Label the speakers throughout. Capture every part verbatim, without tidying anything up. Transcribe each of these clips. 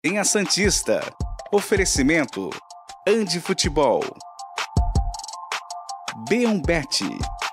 Speaker 1: Resenha Santista. Oferecimento Andi Futebol. B um Bet.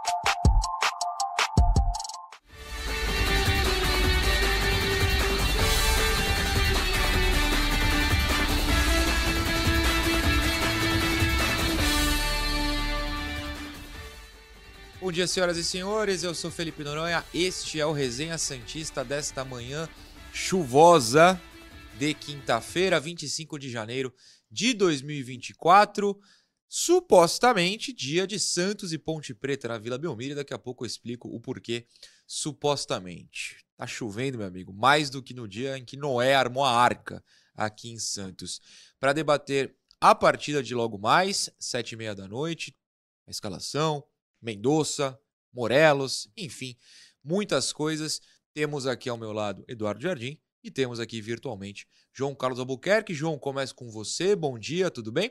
Speaker 2: Bom dia, senhoras e senhores, eu sou Felipe Noronha, este é o Resenha Santista desta manhã chuvosa de quinta-feira, vinte e cinco de janeiro de dois mil e vinte e quatro, supostamente dia de Santos e Ponte Preta na Vila Belmiro, daqui a pouco eu explico o porquê supostamente. Tá chovendo, meu amigo, mais do que no dia em que Noé armou a arca aqui em Santos. Para debater a partida de logo mais, sete e meia da noite, a escalação, Mendonça, Morelos, enfim, muitas coisas. Temos aqui ao meu lado Eduardo Jardim e temos aqui virtualmente João Carlos Albuquerque. João, começo com você. Bom dia, tudo bem?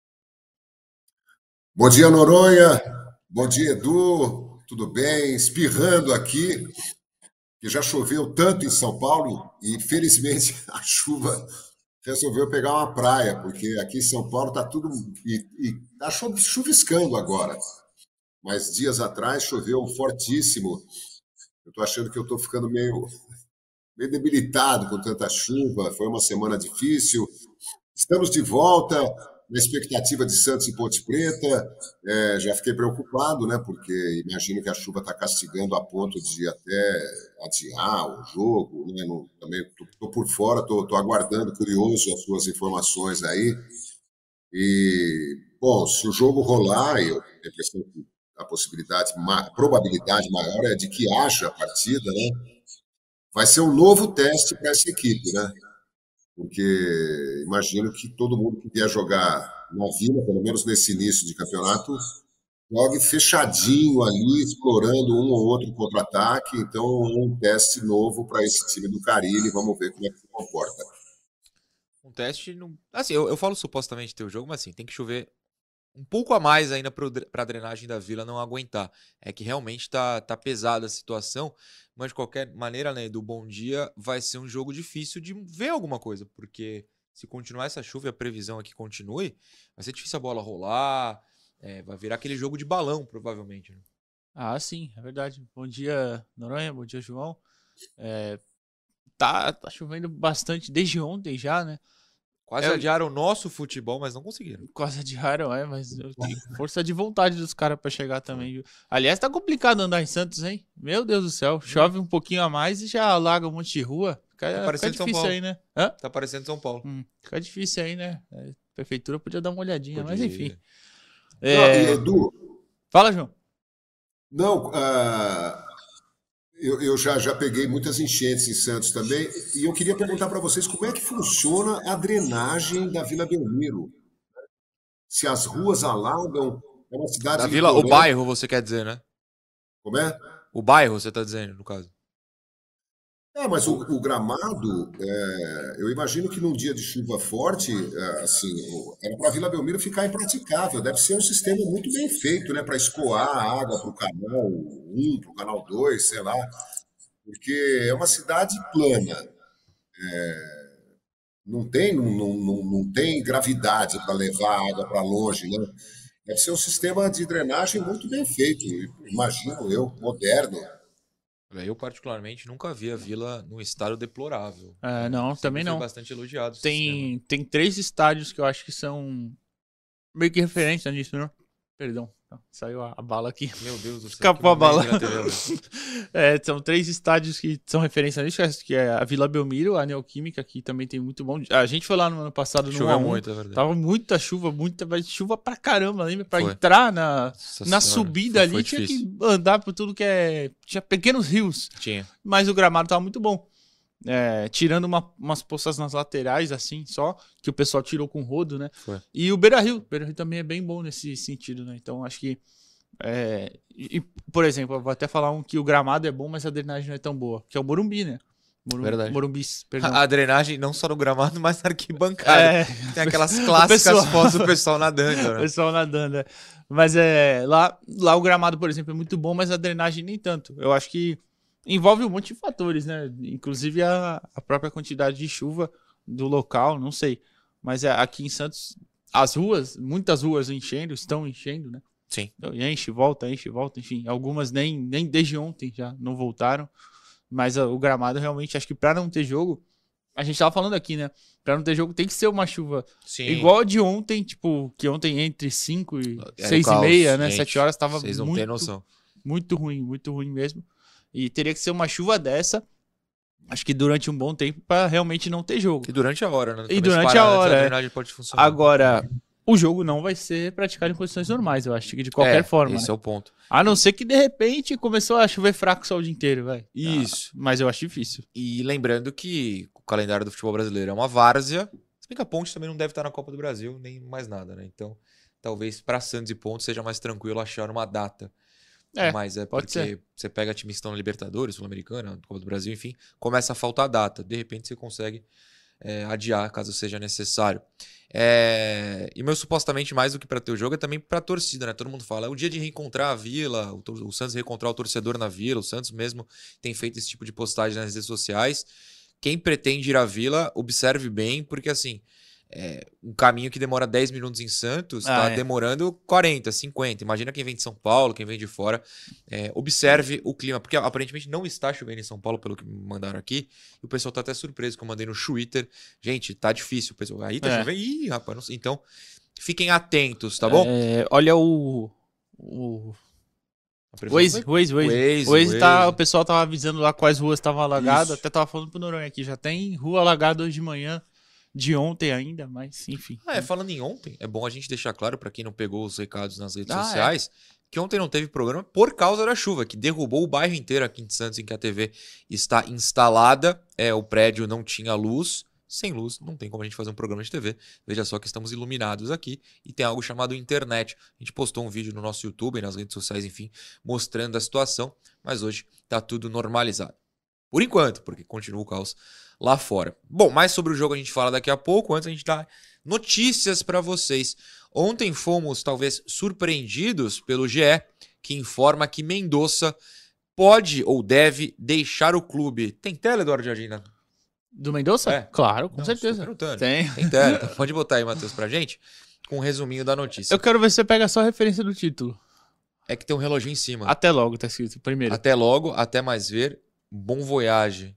Speaker 3: Bom dia, Noronha. Bom dia, Edu. Tudo bem? Espirrando aqui, que já choveu tanto em São Paulo e, felizmente, a chuva resolveu pegar uma praia, porque aqui em São Paulo está tudo... e está chuviscando agora. Mas dias atrás choveu fortíssimo. Eu estou achando que eu estou ficando meio, meio debilitado com tanta chuva. Foi uma semana difícil. Estamos de volta na expectativa de Santos e Ponte Preta. É, já fiquei preocupado, né? Porque imagino que a chuva está castigando a ponto de até adiar o jogo. Né? Não, também estou por fora, estou aguardando, curioso, as suas informações aí. E, bom, se o jogo rolar, eu tenho a impressão que a possibilidade, a probabilidade maior é de que haja a partida, né? Vai ser um novo teste para essa equipe, né? Porque imagino que todo mundo que vier jogar na Vila, pelo menos nesse início de campeonato, jogue fechadinho ali, explorando um ou outro contra-ataque. Então, um teste novo para esse time do Carille. Vamos ver como é que se comporta.
Speaker 2: Um teste, não... assim, eu, eu falo supostamente ter o jogo, mas assim, tem que chover um pouco a mais ainda para a drenagem da Vila não aguentar. É que realmente tá, tá pesada a situação, mas de qualquer maneira, né, do bom dia, vai ser um jogo difícil de ver alguma coisa, porque se continuar essa chuva e a previsão aqui continue, vai ser difícil a bola rolar, é, vai virar aquele jogo de balão, provavelmente. Né?
Speaker 4: Ah, sim, é verdade. Bom dia, Noronha, bom dia, João. É, tá, tá chovendo bastante desde ontem já, né?
Speaker 2: Quase é, adiaram o nosso futebol, mas não conseguiram.
Speaker 4: Quase adiaram, é, mas eu tenho força de vontade dos caras pra chegar também, viu? Aliás, tá complicado andar em Santos, hein? Meu Deus do céu, chove um pouquinho a mais e já alaga um monte de rua. Fica,
Speaker 2: tá
Speaker 4: fica difícil aí, né?
Speaker 2: Hã? Tá parecendo São Paulo.
Speaker 4: Hum, fica difícil aí, né? A prefeitura podia dar uma olhadinha, podia. Mas enfim.
Speaker 3: Não, é... Edu...
Speaker 4: Fala, João.
Speaker 3: Não, uh... Eu, eu já, já peguei muitas enchentes em Santos também, e eu queria perguntar para vocês como é que funciona a drenagem da Vila Belmiro. Se as ruas alagam, é uma cidade...
Speaker 2: Da Vila, o bairro, você quer dizer, né?
Speaker 3: Como é?
Speaker 2: O bairro, você está dizendo, no caso.
Speaker 3: É, mas o, o gramado, é, eu imagino que num dia de chuva forte, é, assim, era para a Vila Belmiro ficar impraticável. Deve ser um sistema muito bem feito, né, para escoar a água para o canal um, para o canal dois, sei lá, porque é uma cidade plana. É, não tem, não, não, não tem gravidade para levar a água para longe, né? Deve ser um sistema de drenagem muito bem feito, imagino eu, moderno.
Speaker 2: Eu, particularmente, nunca vi a Vila num estado deplorável.
Speaker 4: É, não,
Speaker 2: Sempre
Speaker 4: também
Speaker 2: foi
Speaker 4: não.
Speaker 2: bastante elogiado.
Speaker 4: Tem, tem três estádios que eu acho que são meio que referência nisso, né? Perdão, saiu a, a bala aqui.
Speaker 2: Meu Deus do céu.
Speaker 4: Escapou a bala. É, são três estádios que são referência nisso, que é a Vila Belmiro, a Neoquímica, que também tem muito bom. A gente foi lá no ano passado no
Speaker 2: Choveu muito, é verdade.
Speaker 4: Tava muita chuva, muita chuva pra caramba, lembra? Pra foi. entrar na, na subida foi, ali, foi tinha difícil. que andar por tudo que é... Tinha pequenos rios.
Speaker 2: Tinha.
Speaker 4: Mas o gramado tava muito bom. É, tirando uma, umas poças nas laterais, assim, só, que o pessoal tirou com rodo, né?
Speaker 2: Foi.
Speaker 4: E o Beira-Rio. O Beira-Rio também é bem bom nesse sentido, né? Então, acho que... É, e, por exemplo, eu vou até falar um que o gramado é bom, mas a drenagem não é tão boa, que é o Morumbi, né? Morum,
Speaker 2: Verdade.
Speaker 4: Morumbis, perdão.
Speaker 2: A drenagem não só no gramado, mas na arquibancada. É, tem aquelas clássicas
Speaker 4: pessoal,
Speaker 2: fotos do pessoal nadando. Né?
Speaker 4: O pessoal nadando, é. Mas é, lá, lá o gramado, por exemplo, é muito bom, mas a drenagem nem tanto. Eu acho que envolve um monte de fatores, né? Inclusive a, a própria quantidade de chuva do local, não sei. Mas é, aqui em Santos, as ruas, muitas ruas enchendo, estão enchendo, né?
Speaker 2: Sim.
Speaker 4: Então, enche, volta, enche, volta, enfim. Algumas nem, nem desde ontem já não voltaram. Mas uh, o gramado realmente, acho que pra não ter jogo, a gente tava falando aqui, né? Pra não ter jogo tem que ser uma chuva
Speaker 2: Sim.
Speaker 4: igual a de ontem, tipo, que ontem entre cinco e
Speaker 2: Era
Speaker 4: seis
Speaker 2: o caos,
Speaker 4: e meia, né?
Speaker 2: gente.
Speaker 4: sete horas tava
Speaker 2: Vocês não têm
Speaker 4: muito,
Speaker 2: noção.
Speaker 4: muito ruim, muito ruim mesmo. E teria que ser uma chuva dessa, acho que durante um bom tempo, pra realmente não ter jogo.
Speaker 2: E durante a hora, né?
Speaker 4: E
Speaker 2: Também
Speaker 4: durante
Speaker 2: se parar
Speaker 4: a
Speaker 2: antes,
Speaker 4: hora, é.
Speaker 2: drenagem pode funcionar.
Speaker 4: Agora, o jogo não vai ser praticado em condições normais, eu acho que de qualquer
Speaker 2: é,
Speaker 4: forma.
Speaker 2: Esse
Speaker 4: né?
Speaker 2: é o ponto.
Speaker 4: A não ser que de repente começou a chover fraco só o dia inteiro, vai.
Speaker 2: Isso.
Speaker 4: Ah, mas eu acho difícil.
Speaker 2: E lembrando que o calendário do futebol brasileiro é uma várzea. Se bem que a Ponte também não deve estar na Copa do Brasil, nem mais nada, né? Então, talvez para Santos e Ponte seja mais tranquilo achar uma data.
Speaker 4: É,
Speaker 2: Mas é
Speaker 4: pode
Speaker 2: porque
Speaker 4: ser.
Speaker 2: você pega times que estão na Libertadores, Sul-Americana, Copa do Brasil, enfim, começa a faltar data. De repente você consegue é, adiar, caso seja necessário. É... E meu supostamente mais do que para ter o jogo é também para a torcida, né? Todo mundo fala, é o dia de reencontrar a Vila, o, tor- o Santos reencontrar o torcedor na Vila, o Santos mesmo tem feito esse tipo de postagem nas redes sociais. Quem pretende ir à Vila, observe bem, porque assim, é, um caminho que demora dez minutos em Santos,
Speaker 4: Ah,
Speaker 2: tá
Speaker 4: é.
Speaker 2: demorando quarenta, cinquenta. Imagina quem vem de São Paulo, quem vem de fora. É, observe o clima, porque aparentemente não está chovendo em São Paulo, pelo que me mandaram aqui. E o pessoal tá até surpreso que eu mandei no Twitter. Gente, tá difícil. O pessoal, aí tá
Speaker 4: É.
Speaker 2: chovendo. Ih, rapaz, não sei. Então, fiquem atentos, tá bom?
Speaker 4: É, olha o. O
Speaker 2: A previsão
Speaker 4: Waze,
Speaker 2: foi-
Speaker 4: Waze, Waze.
Speaker 2: Waze,
Speaker 4: Waze tá,
Speaker 2: Waze.
Speaker 4: o pessoal tava avisando lá quais ruas estavam alagadas.
Speaker 2: Isso.
Speaker 4: Até tava falando pro Noronha aqui. Já tem rua alagada hoje de manhã, de ontem ainda, mas enfim.
Speaker 2: Ah, é, falando em ontem, é bom a gente deixar claro pra quem não pegou os recados nas redes
Speaker 4: Ah,
Speaker 2: sociais que ontem não teve programa por causa da chuva, que derrubou o bairro inteiro aqui em Santos, em que a T V está instalada. É, o prédio não tinha luz. Sem luz, não tem como a gente fazer um programa de T V. Veja só que estamos iluminados aqui e tem algo chamado internet. A gente postou um vídeo no nosso YouTube, nas redes sociais, enfim, mostrando a situação, mas hoje tá tudo normalizado. Por enquanto, porque continua o caos lá fora. Bom, mais sobre o jogo a gente fala daqui a pouco. Antes a gente dá notícias para vocês. Ontem fomos talvez surpreendidos pelo G E, que informa que Mendonça pode ou deve deixar o clube. Tem tela, Eduardo Jardim? né?
Speaker 4: Do Mendonça?
Speaker 2: É.
Speaker 4: Claro, com
Speaker 2: Não,
Speaker 4: certeza.
Speaker 2: estou perguntando.
Speaker 4: Tem.
Speaker 2: Tem tela. Então pode botar aí, Matheus, pra gente, com um resuminho da notícia.
Speaker 4: Eu quero ver se você pega só a referência do título.
Speaker 2: É que tem um reloginho em cima.
Speaker 4: Até logo, tá escrito primeiro.
Speaker 2: Até logo, até mais ver. Bom voyage.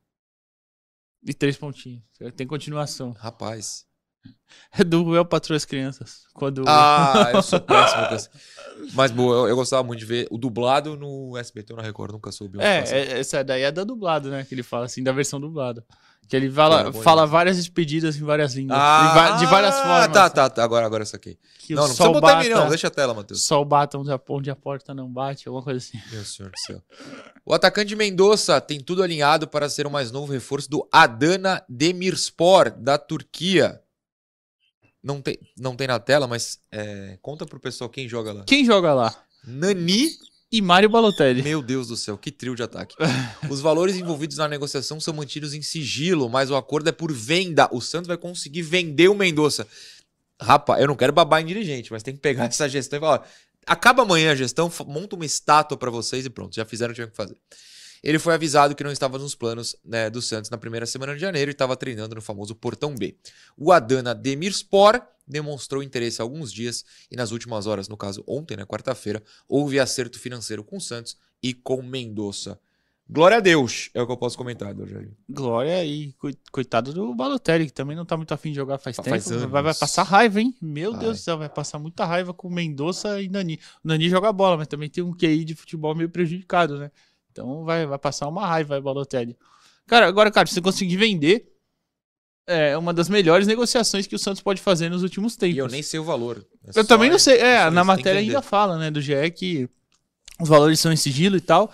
Speaker 4: E três pontinhos. Tem continuação.
Speaker 2: Rapaz.
Speaker 4: É do Eu Patroa as Crianças. Quando...
Speaker 2: Ah, eu sou péssimo. com essa- Mas boa, eu, eu gostava muito de ver o dublado no S B T ou na Record, nunca soube. onde passa.
Speaker 4: É, é, essa daí é da dublado, né? Que ele fala assim, da versão dublada. Que ele fala,
Speaker 2: Pô, é bom
Speaker 4: fala
Speaker 2: demais.
Speaker 4: várias despedidas em várias línguas.
Speaker 2: Ah,
Speaker 4: em va- de várias formas.
Speaker 2: tá, tá, tá. Agora, agora eu saquei.
Speaker 4: Que
Speaker 2: Não,
Speaker 4: o
Speaker 2: não precisa
Speaker 4: sol
Speaker 2: botar em
Speaker 4: bata,
Speaker 2: mim, não. Deixa a tela, Matheus.
Speaker 4: sol bata onde a, onde a porta não bate, alguma coisa assim.
Speaker 2: Meu senhor do céu. O atacante Mendonça tem tudo alinhado para ser o mais novo reforço do Adana Demirspor, da Turquia. Não tem, não tem na tela, mas é, conta pro pessoal quem joga lá.
Speaker 4: Quem joga lá?
Speaker 2: Nani.
Speaker 4: E Mário Balotelli.
Speaker 2: Meu Deus do céu, que trio de ataque. Os valores envolvidos na negociação são mantidos em sigilo, mas o acordo é por venda. O Santos vai conseguir vender o Mendonça. Rapaz, eu não quero babar em dirigente, mas tem que pegar essa gestão e falar, ó, acaba amanhã a gestão, fa- monta uma estátua pra vocês e pronto, já fizeram o que tinham que fazer. Ele foi avisado que não estava nos planos, né, do Santos na primeira semana de janeiro e estava treinando no famoso Portão B. O Adana Demirspor demonstrou interesse há alguns dias e nas últimas horas, no caso ontem, na quarta-feira, houve acerto financeiro com o Santos e com Mendonça. Glória a Deus, é o que eu posso comentar, Eduardo Jardim.
Speaker 4: Glória e coi- coitado do Balotelli, que também não tá muito afim de jogar faz
Speaker 2: Faz
Speaker 4: tempo.
Speaker 2: anos.
Speaker 4: Vai, vai passar raiva, hein? Meu
Speaker 2: Vai.
Speaker 4: Deus do céu, vai passar muita raiva com Mendonça e Nani. O Nani joga bola, mas também tem um Q I de futebol meio prejudicado, né? Então vai, vai passar uma raiva aí, Balotelli. Cara, agora, cara, se você conseguir vender, é uma das melhores negociações que o Santos pode fazer nos últimos tempos.
Speaker 2: E eu nem sei o valor. É
Speaker 4: Eu
Speaker 2: só-
Speaker 4: também não sei. É,
Speaker 2: só
Speaker 4: na
Speaker 2: isso, tem que
Speaker 4: matéria
Speaker 2: vender.
Speaker 4: ainda fala, né, do G E que os valores são em sigilo e tal,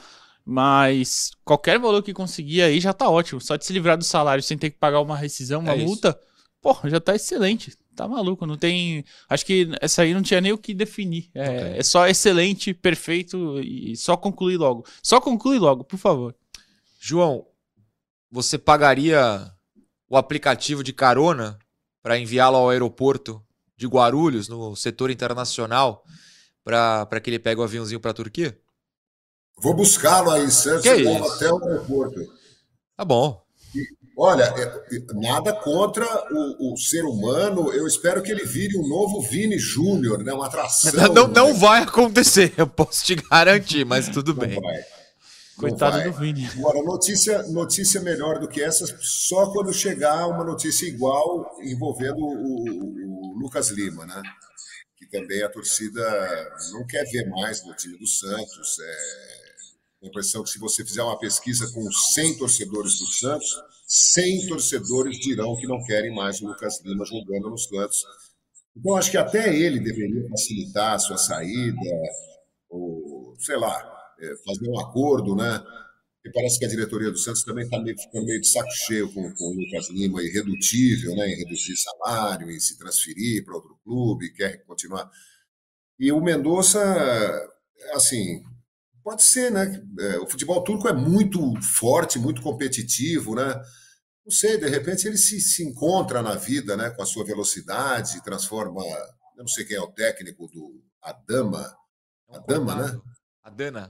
Speaker 4: mas qualquer valor que conseguir aí já tá ótimo. Só de se livrar do salário sem ter que pagar uma rescisão, uma
Speaker 2: É isso.
Speaker 4: multa, pô, já tá excelente. Tá maluco, não tem... Acho que essa aí não tinha nem o que definir. É,
Speaker 2: Ok.
Speaker 4: é só excelente, perfeito e só concluir logo. Só conclui logo, por favor.
Speaker 2: João, você pagaria o aplicativo de carona para enviá-lo ao aeroporto de Guarulhos, no setor internacional, para que ele pegue o aviãozinho para a Turquia?
Speaker 3: Vou buscá-lo aí em Santos
Speaker 2: Que
Speaker 3: e levo
Speaker 2: isso?
Speaker 3: até o aeroporto.
Speaker 2: Tá bom.
Speaker 3: Olha, é, nada contra o, o ser humano. Eu espero que ele vire um novo Vini Júnior, né? Uma atração.
Speaker 2: Não, não vai acontecer, eu posso te garantir, mas tudo
Speaker 3: Não
Speaker 2: bem.
Speaker 3: vai.
Speaker 4: Coitado
Speaker 3: Não vai.
Speaker 4: do Vini.
Speaker 3: Agora, notícia, notícia melhor do que essa, só quando chegar uma notícia igual envolvendo o, o Lucas Lima, né? Que também a torcida não quer ver mais no time do Santos. É... Tenho a impressão que se você fizer uma pesquisa com cem torcedores do Santos, cem torcedores dirão que não querem mais o Lucas Lima jogando no Santos. Então, acho que até ele deveria facilitar a sua saída, ou, sei lá, fazer um acordo, né? E parece que a diretoria do Santos também está meio, ficando meio de saco cheio com, com o Lucas Lima, irredutível, né? Em reduzir salário, em se transferir para outro clube, quer continuar. E o Mendonça, assim... Pode ser, né? É, o futebol turco é muito forte, muito competitivo, né? Não sei, de repente ele se, se encontra na vida, né? Com a sua velocidade, transforma... Eu não sei quem é o técnico do Adama. Adama, né?
Speaker 2: Adana.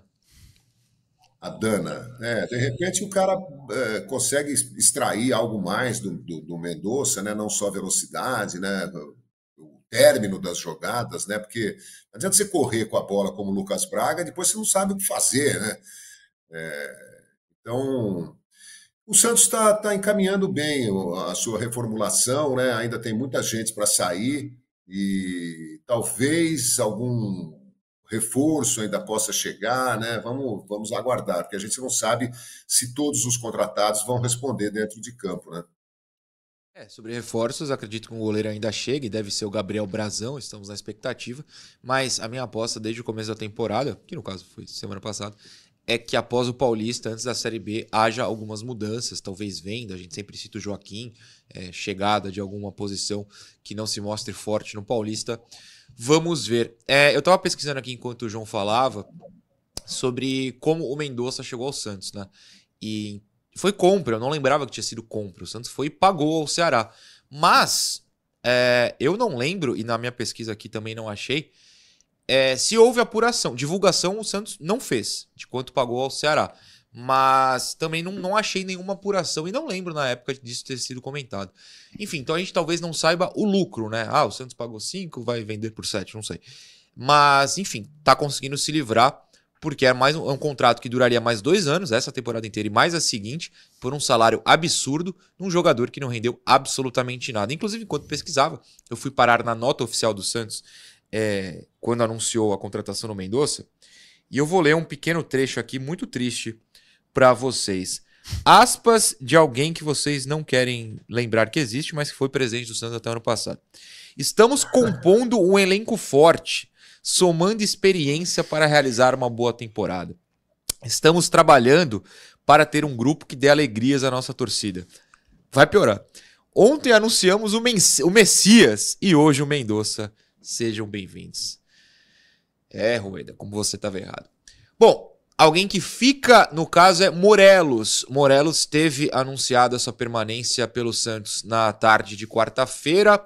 Speaker 3: Adana. É, de repente o cara é, consegue extrair algo mais do, do, do Mendonça, né? Não só velocidade, né? Término das jogadas, né? Porque não adianta você correr com a bola como o Lucas Braga, depois você não sabe o que fazer, né? É, então, o Santos está tá encaminhando bem a sua reformulação, né? Ainda tem muita gente para sair e talvez algum reforço ainda possa chegar, né? Vamos, vamos aguardar, porque a gente não sabe se todos os contratados vão responder dentro de campo, né?
Speaker 2: É, sobre reforços, acredito que um goleiro ainda chega e deve ser o Gabriel Brazão, estamos na expectativa, mas a minha aposta desde o começo da temporada, que no caso foi semana passada, é que após o Paulista, antes da Série B, haja algumas mudanças, talvez venda, a gente sempre cita o Joaquim, é, chegada de alguma posição que não se mostre forte no Paulista. Vamos ver. É, eu estava pesquisando aqui enquanto o João falava sobre como o Mendonça chegou ao Santos, né? E foi compra, eu não lembrava que tinha sido compra. O Santos foi e pagou ao Ceará. Mas é, eu não lembro, e na minha pesquisa aqui também não achei, é, se houve apuração. Divulgação o Santos não fez de quanto pagou ao Ceará. Mas também não, não achei nenhuma apuração e não lembro na época disso ter sido comentado. Enfim, então a gente talvez não saiba o lucro, né? Ah, o Santos pagou cinco, vai vender por sete, não sei. Mas, enfim, tá conseguindo se livrar. Porque é, mais um, é um contrato que duraria mais dois anos, essa temporada inteira e mais a seguinte, por um salário absurdo, num jogador que não rendeu absolutamente nada. Inclusive, enquanto pesquisava, eu fui parar na nota oficial do Santos, é, quando anunciou a contratação do Mendonça, e eu vou ler um pequeno trecho aqui, muito triste, para vocês. Aspas de alguém que vocês não querem lembrar que existe, mas que foi presidente do Santos até o ano passado. Estamos compondo um elenco forte, somando experiência para realizar uma boa temporada. Estamos trabalhando para ter um grupo que dê alegrias à nossa torcida. Vai piorar. Ontem anunciamos o, Men- o Messias e hoje o Mendonça. Sejam bem-vindos. É, Rueda, como você estava errado. Bom, alguém que fica, no caso, é Morelos. Morelos teve anunciado a sua permanência pelo Santos na tarde de quarta-feira.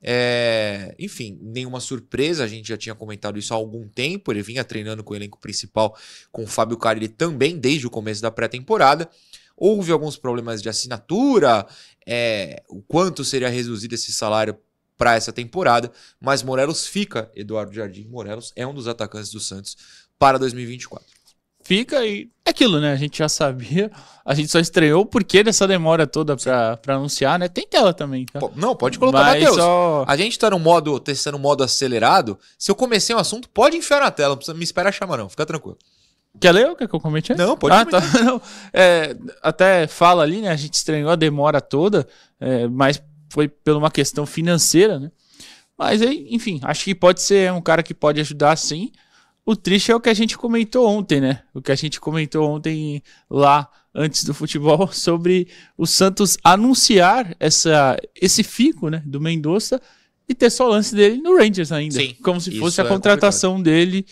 Speaker 2: É, enfim, nenhuma surpresa, a gente já tinha comentado isso há algum tempo, ele vinha treinando com o elenco principal, com o Fábio Carille também desde o começo da pré-temporada. Houve alguns problemas de assinatura, é, o quanto seria reduzido esse salário para essa temporada, mas Morelos fica, Eduardo Jardim Morelos é um dos atacantes do Santos para dois mil e vinte e quatro.
Speaker 4: Fica e é aquilo, né? A gente já sabia. A gente só estreou porque dessa demora toda pra, pra anunciar, né? Tem tela também, tá?
Speaker 2: Não, pode colocar,
Speaker 4: Mas
Speaker 2: Matheus.
Speaker 4: só...
Speaker 2: A gente tá no modo, testando o modo acelerado. Se eu comecei um assunto, pode enfiar na tela. Não precisa me esperar chamar, não. Fica tranquilo.
Speaker 4: Quer ler ou quer que eu comente antes?
Speaker 2: Não, pode
Speaker 4: ah,
Speaker 2: comentar.
Speaker 4: tá. Não. É, até fala ali, né? A gente estranhou a demora toda, é, mas foi por uma questão financeira, né? Mas, aí, enfim, acho que pode ser um cara que pode ajudar, sim. O triste é o que a gente comentou ontem, né? O que a gente comentou ontem lá, antes do futebol, sobre o Santos anunciar essa, esse fico, né, do Mendonça e ter só o lance dele no Rangers ainda.
Speaker 2: Sim,
Speaker 4: como se fosse a
Speaker 2: é
Speaker 4: contratação complicado. dele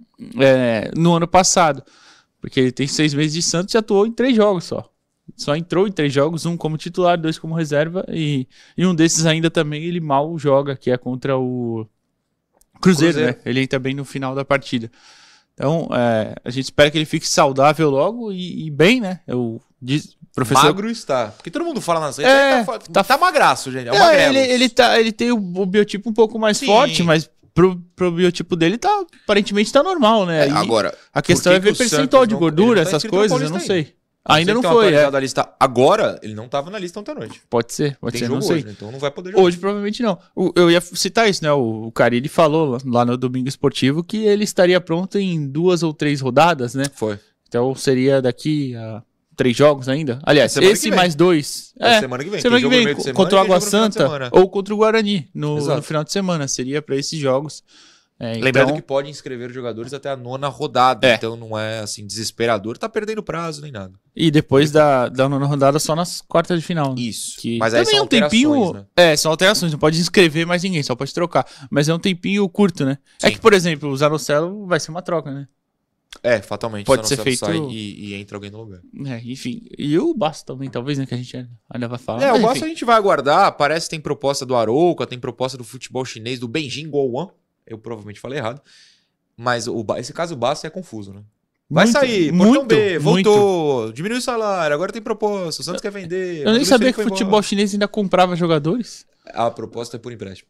Speaker 4: é, no ano passado. Porque ele tem seis meses de Santos e atuou em três jogos só. Só entrou em três jogos, um como titular, dois como reserva, e, e um desses ainda também ele mal joga, que é contra o Cruzeiro, Cruzeiro. né? Ele entra bem no final da partida. Então, é, a gente espera que ele fique saudável logo e, e bem, né? Eu Diz, professor...
Speaker 2: Magro está. Porque todo mundo fala nas redes,
Speaker 4: É,
Speaker 2: ele tá,
Speaker 4: tá-
Speaker 2: tá magraço, gente. É um
Speaker 4: É,
Speaker 2: magrelo.
Speaker 4: ele, ele, tá, ele tem o, o biotipo um pouco mais
Speaker 2: Sim.
Speaker 4: forte, mas pro, pro biotipo dele tá, aparentemente tá normal, né?
Speaker 2: É,
Speaker 4: Aí
Speaker 2: agora,
Speaker 4: a questão
Speaker 2: por
Speaker 4: é
Speaker 2: que
Speaker 4: ver
Speaker 2: que o
Speaker 4: percentual
Speaker 2: Santos
Speaker 4: de
Speaker 2: não-
Speaker 4: gordura,
Speaker 2: ele não tá
Speaker 4: essas
Speaker 2: inscrito no
Speaker 4: coisas, eu
Speaker 2: Paulista
Speaker 4: não
Speaker 2: ainda.
Speaker 4: sei. Ainda
Speaker 2: Sei
Speaker 4: não
Speaker 2: que tem uma
Speaker 4: foi, é.
Speaker 2: atualizada a lista agora, ele não tava na lista ontem à noite.
Speaker 4: Pode ser, pode
Speaker 2: Tem
Speaker 4: ser,
Speaker 2: jogo
Speaker 4: não sei.
Speaker 2: hoje, né? Então não vai poder jogar.
Speaker 4: Hoje provavelmente não. O- eu ia citar isso, né? O, o Carille falou lá, lá no Domingo Esportivo que ele estaria pronto em duas ou três rodadas, né?
Speaker 2: Foi.
Speaker 4: Então seria daqui a três jogos ainda. Aliás,
Speaker 2: Semana que
Speaker 4: esse
Speaker 2: vem.
Speaker 4: mais dois.
Speaker 2: É
Speaker 4: É,
Speaker 2: semana que vem.
Speaker 4: semana
Speaker 2: Tem
Speaker 4: que
Speaker 2: jogo no
Speaker 4: vem,
Speaker 2: meio de semana
Speaker 4: contra o
Speaker 2: e tem
Speaker 4: Água
Speaker 2: jogo no final de
Speaker 4: Santa
Speaker 2: semana.
Speaker 4: ou contra o Guarani no,
Speaker 2: Exato.
Speaker 4: no final de semana. Seria para esses jogos. É,
Speaker 2: Lembrando
Speaker 4: então,
Speaker 2: que pode inscrever os jogadores até a nona rodada.
Speaker 4: É.
Speaker 2: Então não é assim, desesperador. Tá perdendo prazo nem nada.
Speaker 4: E depois da, da nona rodada só nas quartas de final. Né?
Speaker 2: Isso.
Speaker 4: Que
Speaker 2: Mas aí
Speaker 4: também
Speaker 2: são
Speaker 4: é um tempinho.
Speaker 2: alterações, né?
Speaker 4: É, são alterações. Não pode inscrever mais ninguém, só pode trocar. Mas é um tempinho curto, né? É
Speaker 2: Sim.
Speaker 4: que, por exemplo, o Zanocelo vai ser uma troca, né?
Speaker 2: É, fatalmente.
Speaker 4: Pode
Speaker 2: o
Speaker 4: ser
Speaker 2: Zanocelo
Speaker 4: feito-
Speaker 2: sai e, e entra alguém no lugar.
Speaker 4: É, enfim. E o Basso também, talvez, né? Que a gente ainda vai falar.
Speaker 2: É,
Speaker 4: Mas,
Speaker 2: o Basso
Speaker 4: enfim.
Speaker 2: a gente vai aguardar. Parece que tem proposta do Arouca, tem proposta do futebol chinês, do Beijing Guoan. Eu provavelmente falei errado. Mas o, Ba- esse caso o Basso é confuso, né? Vai
Speaker 4: Muito,
Speaker 2: sair, Portão
Speaker 4: muito,
Speaker 2: B,
Speaker 4: muito.
Speaker 2: voltou, diminuiu o salário, agora tem proposta, o Santos quer vender.
Speaker 4: Eu
Speaker 2: mas
Speaker 4: nem
Speaker 2: o
Speaker 4: sabia
Speaker 2: Luiz
Speaker 4: que o
Speaker 2: Felipe foi
Speaker 4: futebol
Speaker 2: embora.
Speaker 4: chinês ainda comprava jogadores.
Speaker 2: A proposta é por empréstimo.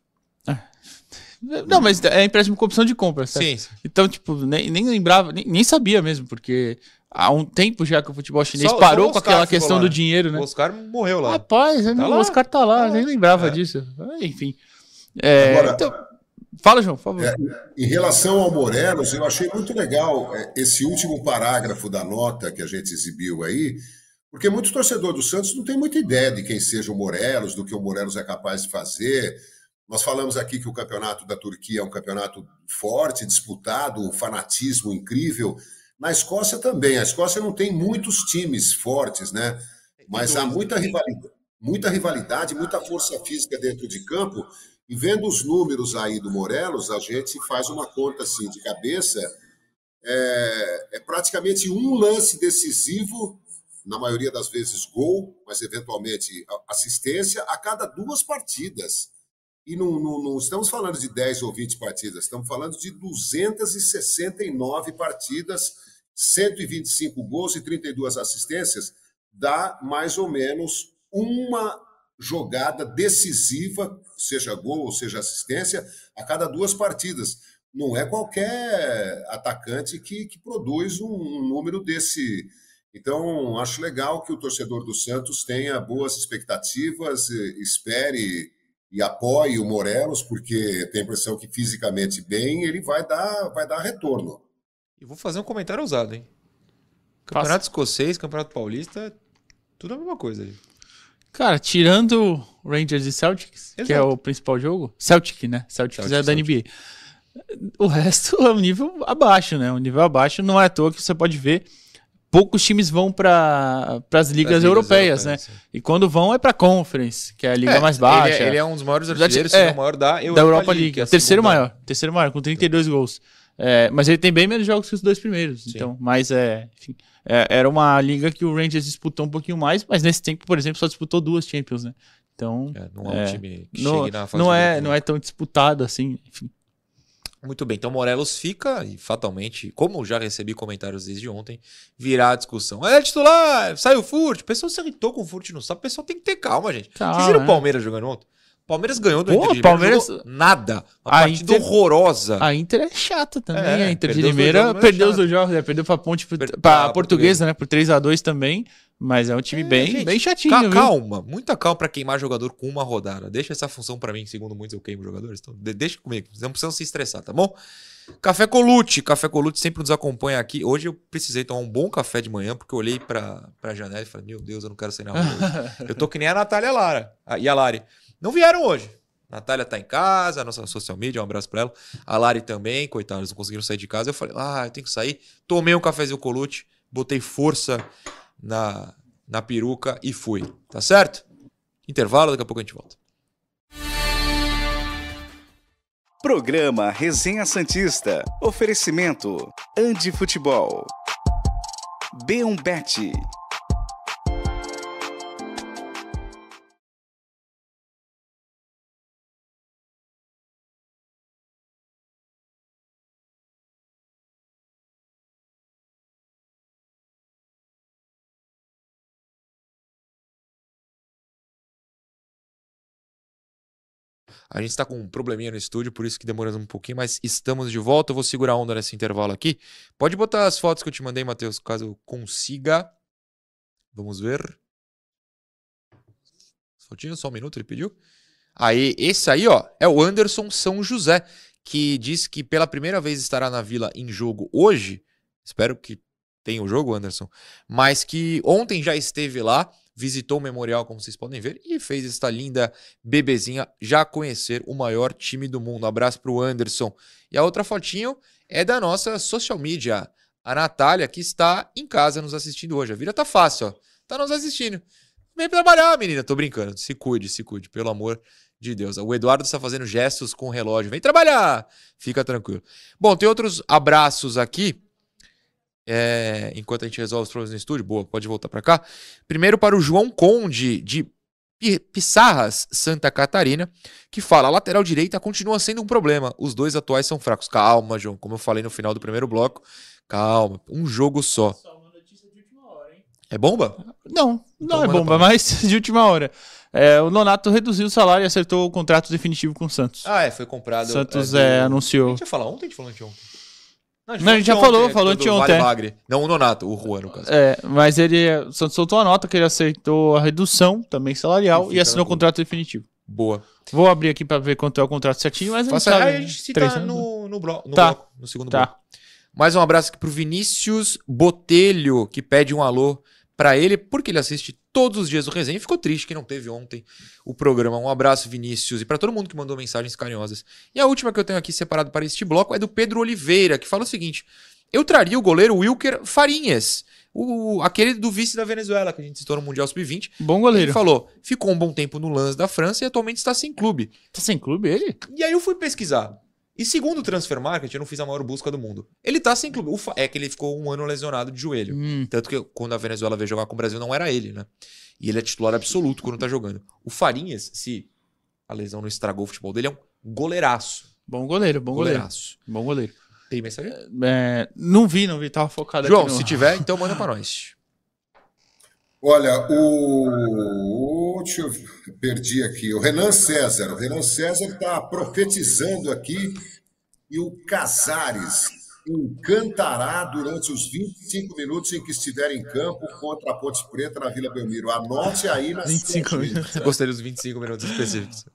Speaker 4: Não, mas é empréstimo com opção de compra, certo?
Speaker 2: Sim, sim.
Speaker 4: Então, tipo, nem, nem lembrava, nem, nem sabia mesmo, porque há um tempo já que o futebol chinês
Speaker 2: Só-
Speaker 4: parou
Speaker 2: só o
Speaker 4: com
Speaker 2: Oscar
Speaker 4: aquela
Speaker 2: ficou
Speaker 4: questão
Speaker 2: lá,
Speaker 4: do
Speaker 2: né?
Speaker 4: dinheiro, né?
Speaker 2: O Oscar morreu lá.
Speaker 4: Rapaz, eu não-
Speaker 2: lá,
Speaker 4: o Oscar tá lá,
Speaker 2: tá lá.
Speaker 4: nem lembrava
Speaker 2: É.
Speaker 4: disso. Ah, Enfim. É,
Speaker 3: Agora-
Speaker 4: então, fala, João, por favor.
Speaker 3: É, em relação ao Morelos, eu achei muito legal é, esse último parágrafo da nota que a gente exibiu aí, porque muito torcedor do Santos não tem muita ideia de quem seja o Morelos, do que o Morelos é capaz de fazer. Nós falamos aqui que o campeonato da Turquia é um campeonato forte, disputado, um fanatismo incrível. Na Escócia também. A Escócia não tem muitos times fortes, né? Mas há muita rivalidade, muita rivalidade, muita força física dentro de campo. E vendo os números aí do Morelos, a gente faz uma conta assim de cabeça. É, é praticamente um lance decisivo, na maioria das vezes gol, mas eventualmente assistência, a cada duas partidas. E não, não, não estamos falando de dez ou vinte partidas, estamos falando de duzentas e sessenta e nove partidas, cento e vinte e cinco gols e trinta e duas assistências, dá mais ou menos uma jogada decisiva, seja gol ou seja assistência, a cada duas partidas. Não é qualquer atacante que, que produz um, um número desse. Então, acho legal que o torcedor do Santos tenha boas expectativas, espere e apoie o Morelos, porque tem a impressão que fisicamente bem ele vai dar, vai dar retorno.
Speaker 2: E vou fazer um comentário ousado, hein? Campeonato escocês, Campeonato Paulista, tudo a mesma coisa. Aí.
Speaker 4: Cara, tirando Rangers e Celtics,
Speaker 2: Exato.
Speaker 4: que é o principal jogo, Celtic, né? Celtics
Speaker 2: Celtic,
Speaker 4: é da
Speaker 2: Celtic.
Speaker 4: N B A. O resto é um nível abaixo, né? Um nível abaixo não é à toa que você pode ver. Poucos times vão para as ligas,
Speaker 2: ligas
Speaker 4: europeias, né?
Speaker 2: europeias, sim.
Speaker 4: E quando vão é para Conference, que é a liga
Speaker 2: É,
Speaker 4: mais baixa.
Speaker 2: Ele é, ele é um dos maiores
Speaker 4: Na verdade,
Speaker 2: artilheiros, se não
Speaker 4: é,
Speaker 2: o maior da Europa,
Speaker 4: da Europa League.
Speaker 2: que é a
Speaker 4: terceiro
Speaker 2: segunda.
Speaker 4: maior, terceiro maior, com trinta e dois gols. É, mas ele tem bem menos jogos que os dois primeiros.
Speaker 2: Sim.
Speaker 4: Então, mas é, enfim, é, era uma liga que o Rangers disputou um pouquinho mais, mas nesse tempo, por exemplo, só disputou duas Champions, né? Então,
Speaker 2: É, não é um
Speaker 4: É,
Speaker 2: time que
Speaker 4: não,
Speaker 2: chegue na fase
Speaker 4: não
Speaker 2: de
Speaker 4: é,
Speaker 2: grupo,
Speaker 4: não
Speaker 2: né?
Speaker 4: é tão disputado assim. Enfim.
Speaker 2: Muito bem, então Morelos fica e fatalmente, como já recebi comentários desde ontem, virá a discussão. É titular, sai o Furt. O pessoal se irritou com o Furt no sábado. O pessoal tem que ter calma, gente.
Speaker 4: Calma,
Speaker 2: Vocês viram o
Speaker 4: é.
Speaker 2: Palmeiras jogando ontem? O Palmeiras ganhou do
Speaker 4: Pô,
Speaker 2: Inter de Limeira,
Speaker 4: Palmeiras-
Speaker 2: não jogou nada. Uma
Speaker 4: A
Speaker 2: partida
Speaker 4: Inter-
Speaker 2: horrorosa.
Speaker 4: A Inter é chata também.
Speaker 2: É,
Speaker 4: a Inter de
Speaker 2: perdeu os dois
Speaker 4: Limeira
Speaker 2: jogos, mas é
Speaker 4: perdeu os
Speaker 2: chato.
Speaker 4: dois jogos, né? Perdeu pra Ponte,
Speaker 2: Per-
Speaker 4: pra,
Speaker 2: pra
Speaker 4: Portuguesa, né? Por três a dois também. Mas é um time
Speaker 2: É,
Speaker 4: bem,
Speaker 2: gente,
Speaker 4: bem chatinho,
Speaker 2: Ca-
Speaker 4: viu?
Speaker 2: Calma, muita calma pra queimar jogador com uma rodada. Deixa essa função pra mim, segundo muitos eu queimo jogadores. Então, de- deixa comigo, vocês não precisam se estressar, tá bom? Café Colute, Café Colute sempre nos acompanha aqui. Hoje eu precisei tomar um bom café de manhã, porque eu olhei pra, pra janela e falei, meu Deus, eu não quero sair na rua hoje. Eu tô que nem a Natália Lara a- e a Lari. Não vieram hoje. Natália tá em casa, a nossa social media, um abraço pra ela. A Lari também, coitada, eles não conseguiram sair de casa. Eu falei, ah, eu tenho que sair. Tomei um cafezinho Colute, botei força na, na peruca e fui. Tá certo? Intervalo, daqui a pouco a gente volta.
Speaker 1: Programa Resenha Santista. Oferecimento Andi Futebol. B um Bet.
Speaker 2: A gente está com um probleminha no estúdio, por isso que demoramos um pouquinho, mas estamos de volta. Eu vou segurar a onda nesse intervalo aqui. Pode botar as fotos que eu te mandei, Matheus, caso eu consiga. Vamos ver. Fotinho, só um minuto, ele pediu. Aí, esse aí, ó, é o Anderson São José, que diz que pela primeira vez estará na Vila em jogo hoje. Espero que tenha o jogo, Anderson. Mas que ontem já esteve lá, visitou o Memorial, como vocês podem ver, e fez esta linda bebezinha já conhecer o maior time do mundo. Um abraço pro Anderson. E a outra fotinho é da nossa social media, a Natália, que está em casa nos assistindo hoje. A vida tá fácil, ó. Tá nos assistindo. Vem trabalhar, menina. Tô brincando. Se cuide, se cuide, pelo amor de Deus. O Eduardo está fazendo gestos com o relógio. Vem trabalhar! Fica tranquilo. Bom, tem outros abraços aqui. É, enquanto a gente resolve os problemas no estúdio. Boa, pode voltar para cá. Primeiro para o João Conde, de Pissarras, Santa Catarina, que fala: a lateral direita continua sendo um problema. Os dois atuais são fracos. Calma, João. Como eu falei no final do primeiro bloco. Calma. Um jogo só. É bomba?
Speaker 4: Não, não
Speaker 2: Então
Speaker 4: é
Speaker 2: manda
Speaker 4: bomba,
Speaker 2: pra
Speaker 4: mas de última hora. É, o Nonato reduziu o salário e acertou o contrato definitivo com o Santos.
Speaker 2: Ah, é, foi comprado.
Speaker 4: Santos
Speaker 2: é,
Speaker 4: é,
Speaker 2: do... A
Speaker 4: anunciou.
Speaker 2: gente ia falar ontem, a gente falou anteontem. Não,
Speaker 4: Não, a gente já falou,
Speaker 2: é,
Speaker 4: falou
Speaker 2: do
Speaker 4: anteontem.
Speaker 2: Vale Bagre. Não, o Nonato, o Juan, no caso.
Speaker 4: É, mas ele, o Santos soltou a nota que ele aceitou a redução, também salarial,
Speaker 2: E
Speaker 4: e,
Speaker 2: fica
Speaker 4: assinou o
Speaker 2: no
Speaker 4: contrato definitivo.
Speaker 2: Boa.
Speaker 4: Vou abrir aqui pra ver quanto é o contrato certinho, mas a gente
Speaker 2: Faça
Speaker 4: sabe.
Speaker 2: aí, a gente cita
Speaker 4: três anos, né?
Speaker 2: no, no, blo no
Speaker 4: Tá.
Speaker 2: bloco, no segundo
Speaker 4: Tá.
Speaker 2: bloco. Mais um abraço aqui pro Vinícius Botelho, que pede um alô pra ele, porque ele assiste todos os dias o resenha e ficou triste que não teve ontem o programa. Um abraço, Vinícius, e pra todo mundo que mandou mensagens carinhosas. E a última que eu tenho aqui separado para este bloco é do Pedro Oliveira, que fala o seguinte: eu traria o goleiro Wilker Farinhas, o, aquele do vice da Venezuela, que a gente citou no Mundial sub vinte.
Speaker 4: Bom goleiro.
Speaker 2: Ele falou: ficou um bom tempo no Lens da França e atualmente está sem clube.
Speaker 4: Tá sem clube ele?
Speaker 2: E aí eu fui pesquisar. E segundo o Transfer Market, eu não fiz a maior busca do mundo. Ele tá sem clube. Ufa, é que ele ficou um ano lesionado de joelho.
Speaker 4: Hum.
Speaker 2: Tanto que quando a Venezuela veio jogar com o Brasil, não era ele, né? E ele é titular absoluto quando tá jogando. O Farinhas, se a lesão não estragou o futebol dele, é um goleiraço.
Speaker 4: Bom goleiro, bom
Speaker 2: Goleiraço.
Speaker 4: goleiro. Bom goleiro.
Speaker 2: Tem mensagem?
Speaker 4: É, não vi, não vi, tava focado
Speaker 2: João,
Speaker 4: aqui no...
Speaker 2: se tiver, então manda pra nós.
Speaker 3: Olha, o. Deixa eu perdi aqui. O Renan César. O Renan César está profetizando aqui e o Casares encantará durante os vinte e cinco minutos em que estiver em campo contra a Ponte Preta na Vila Belmiro. Anote aí na
Speaker 4: vinte e cinco
Speaker 3: sua
Speaker 4: minutos.
Speaker 3: agenda.
Speaker 2: Gostei dos vinte e cinco minutos específicos.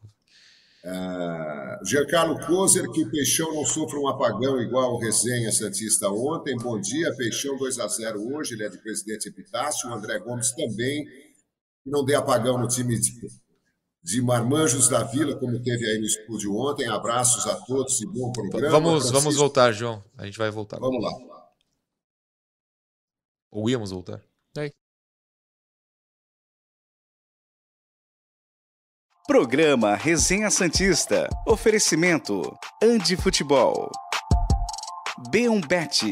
Speaker 3: Ah, Giancarlo Kozer, que o Peixão não sofra um apagão igual o Resenha Santista ontem. Bom dia, Peixão dois a zero hoje, ele é de Presidente Epitácio. O André Gomes também. Que não dê apagão no time de, de Marmanjos da Vila, como teve aí no estúdio ontem. Abraços a todos e bom programa.
Speaker 2: Vamos,
Speaker 3: Francisco,
Speaker 2: vamos voltar, João. A gente vai voltar.
Speaker 3: Vamos lá.
Speaker 2: Ou íamos voltar.
Speaker 1: Programa Resenha Santista. Oferecimento Andi Futebol. B um Bet.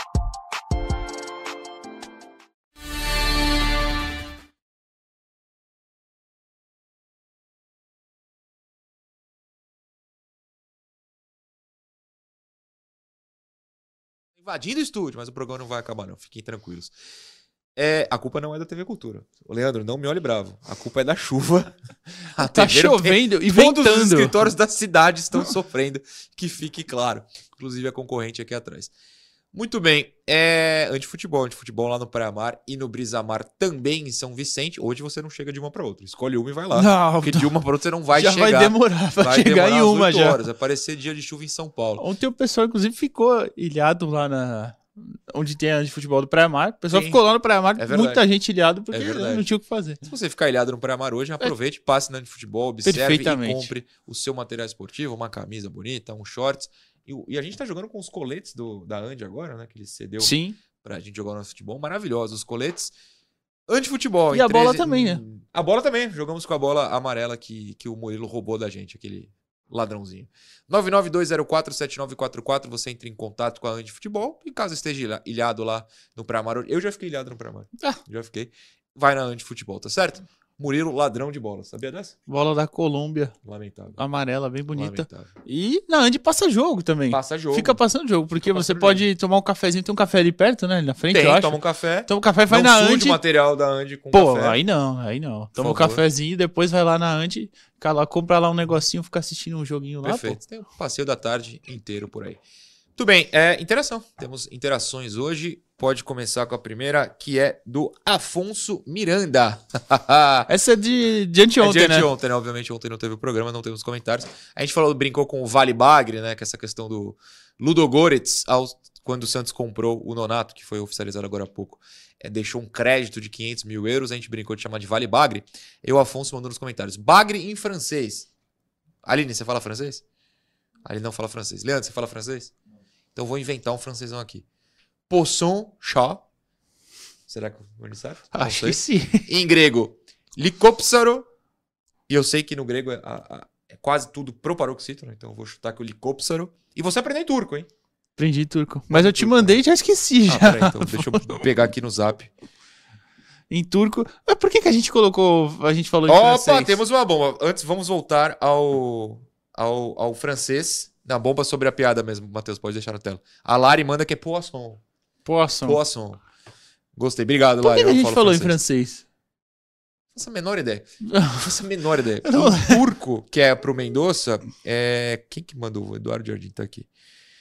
Speaker 2: Invadindo o estúdio, mas o programa não vai acabar, não. Fiquem tranquilos. É, a culpa não é da T V Cultura. Ô, Leandro, não me olhe bravo. A culpa é da chuva. A
Speaker 4: Tá
Speaker 2: T V não tem-
Speaker 4: chovendo e
Speaker 2: Todos os
Speaker 4: ventando.
Speaker 2: escritórios da cidade estão sofrendo, que fique claro. Inclusive a concorrente aqui atrás. Muito bem. É, antifutebol, antifutebol lá no Praia Mar e no Brisamar também em São Vicente. Hoje você não chega de uma para outra. Escolhe uma e vai lá.
Speaker 4: Não,
Speaker 2: Porque de uma para outra você não vai
Speaker 4: já
Speaker 2: chegar.
Speaker 4: vai demorar, vai,
Speaker 2: Vai
Speaker 4: chegar
Speaker 2: demorar
Speaker 4: em
Speaker 2: umas
Speaker 4: uma
Speaker 2: oito
Speaker 4: já.
Speaker 2: horas. Vai parecer dia de chuva em São Paulo.
Speaker 4: Ontem o pessoal, inclusive, ficou ilhado lá na... onde tem a de futebol do Praia Mar. O pessoal
Speaker 2: Sim.
Speaker 4: ficou lá no Praia Mar,
Speaker 2: É verdade.
Speaker 4: muita gente ilhado, porque
Speaker 2: É verdade.
Speaker 4: não tinha o que fazer.
Speaker 2: Se você ficar ilhado no Praia Mar hoje, aproveite, passe na Antifutebol, observe e
Speaker 4: Perfeitamente.
Speaker 2: compre o seu material esportivo, uma camisa bonita, um shorts. E, o- e a gente tá jogando com os coletes do, da Andy agora, né? Que ele cedeu
Speaker 4: Sim.
Speaker 2: pra gente jogar o nosso futebol. Maravilhosos os coletes. Antifutebol.
Speaker 4: E
Speaker 2: em
Speaker 4: a bola
Speaker 2: treze
Speaker 4: também, né?
Speaker 2: A bola também. Jogamos com a bola amarela que, que o Murilo roubou da gente, aquele ladrãozinho. nove nove dois zero quatro sete nove quatro quatro. Você entra em contato com a Andy Futebol. E caso esteja ilha- ilhado lá no Praia Mar, eu já fiquei ilhado no Praia Mar.
Speaker 4: Ah.
Speaker 2: Já fiquei. Vai na Andy Futebol, tá certo? Murilo, ladrão de bola. Sabia dessa?
Speaker 4: Bola da Colômbia.
Speaker 2: Lamentável.
Speaker 4: Amarela, bem bonita.
Speaker 2: Lamentável.
Speaker 4: E na Andy passa jogo também.
Speaker 2: Passa jogo.
Speaker 4: Fica passando jogo, porque
Speaker 2: Fica
Speaker 4: você
Speaker 2: passando
Speaker 4: pode tomar um cafezinho. Tem um café ali perto, né? Ali na frente,
Speaker 2: Tem,
Speaker 4: eu acho.
Speaker 2: toma um café.
Speaker 4: Toma um café e vai
Speaker 2: não
Speaker 4: na
Speaker 2: suja
Speaker 4: Andy.
Speaker 2: o material da Andy com
Speaker 4: Pô,
Speaker 2: café.
Speaker 4: aí não, aí não. Toma um
Speaker 2: favor.
Speaker 4: cafezinho, depois vai lá na Andy, fica lá, compra lá um negocinho, fica assistindo um joguinho lá,
Speaker 2: Perfeito.
Speaker 4: pô.
Speaker 2: Tem um passeio da tarde inteiro por aí. Tudo bem, é, interação. Temos interações hoje. Pode começar com a primeira, que é do Afonso Miranda.
Speaker 4: Essa é de, de anteontem,
Speaker 2: é de
Speaker 4: né?
Speaker 2: anteontem, né? Obviamente ontem não teve o programa, não temos comentários. A gente falou, brincou com o Vale Bagre, né? Que é essa questão do Ludogorets, ao, quando o Santos comprou o Nonato, que foi oficializado agora há pouco. É, deixou um crédito de quinhentos mil euros, a gente brincou de chamar de Vale Bagre. E o Afonso mandou nos comentários. Bagre em francês. Aline, você fala francês? Aline não fala francês. Leandro, você fala francês? Então vou inventar um francesão aqui. Poisson chat. Será que ele sabe? Não
Speaker 4: Acho
Speaker 2: sei.
Speaker 4: que sim.
Speaker 2: Em grego, licópsaro. E eu sei que no grego é, a, a, é quase tudo pro paroxítono, então eu vou chutar aqui o licópsaro. E você aprendeu em turco, hein?
Speaker 4: Aprendi turco. Mas eu te mandei e já esqueci.
Speaker 2: Ah,
Speaker 4: já.
Speaker 2: peraí, então deixa eu pegar aqui no zap.
Speaker 4: Em turco. Mas por que, que a gente colocou. A gente falou em
Speaker 2: Opa,
Speaker 4: francês?
Speaker 2: temos uma bomba. Antes, vamos voltar ao, ao, ao francês. Na bomba sobre a piada mesmo, Matheus, pode deixar na tela. A Lari manda que é poisson.
Speaker 4: Poisson.
Speaker 2: Poisson. Gostei. Obrigado,
Speaker 4: Por
Speaker 2: Lari.
Speaker 4: que, que a
Speaker 2: Eu
Speaker 4: gente
Speaker 2: falo
Speaker 4: falou em
Speaker 2: francês.
Speaker 4: francês?
Speaker 2: Não faço a menor ideia. Não faço a menor ideia.
Speaker 4: Não.
Speaker 2: O turco, que é pro Mendonça, é... Quem que mandou? O Eduardo Jardim tá aqui.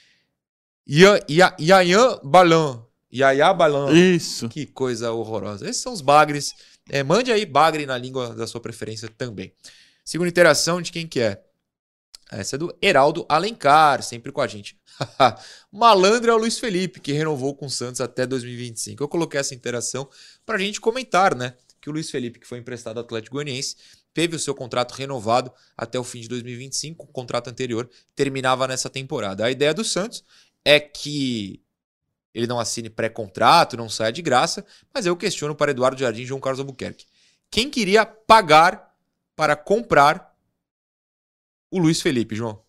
Speaker 2: Ya- Ya- Yayan Balan. Yaya Balan.
Speaker 4: Isso.
Speaker 2: Que coisa horrorosa. Esses são os bagres. É, mande aí bagre na língua da sua preferência também. Segunda interação de quem que é? Essa é do Heraldo Alencar, sempre com a gente. Malandro é o Luiz Felipe, que renovou com o Santos até dois mil e vinte e cinco. Eu coloquei essa interação pra gente comentar, né? Que o Luiz Felipe, que foi emprestado ao Atlético Goianiense, teve o seu contrato renovado até o fim de dois mil e vinte e cinco. O contrato anterior terminava nessa temporada. A ideia do Santos é que ele não assine pré-contrato, não saia de graça, mas eu questiono para Eduardo Jardim e João Carlos Albuquerque. Quem queria pagar para comprar o Luiz Felipe, João?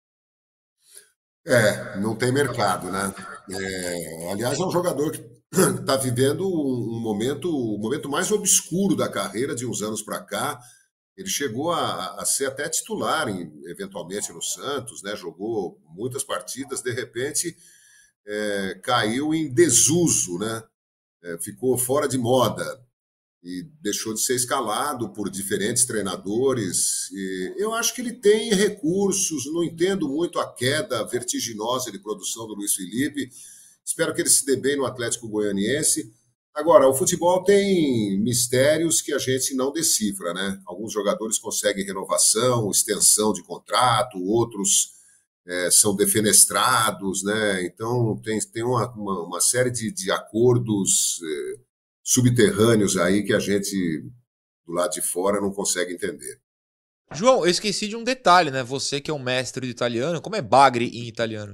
Speaker 3: É, não tem mercado, né? É, aliás, é um jogador que está vivendo um, um momento, o um momento mais obscuro da carreira de uns anos para cá. Ele chegou a, a ser até titular, em, eventualmente, no Santos, né? Jogou muitas partidas, de repente é, caiu em desuso, né? É, ficou fora de moda e deixou de ser escalado por diferentes treinadores. E eu acho que ele tem recursos, não entendo muito a queda vertiginosa de produção do Luiz Felipe. Espero que ele se dê bem no Atlético Goianiense. Agora, o futebol tem mistérios que a gente não decifra, né? Alguns jogadores conseguem renovação, extensão de contrato, outros é, são defenestrados, né? Então, tem, tem uma, uma, uma série de, de acordos é, subterrâneos aí que a gente, do lado de fora, não consegue entender.
Speaker 2: João, eu esqueci de um detalhe, né? Você que é um mestre de italiano, como é bagre em italiano?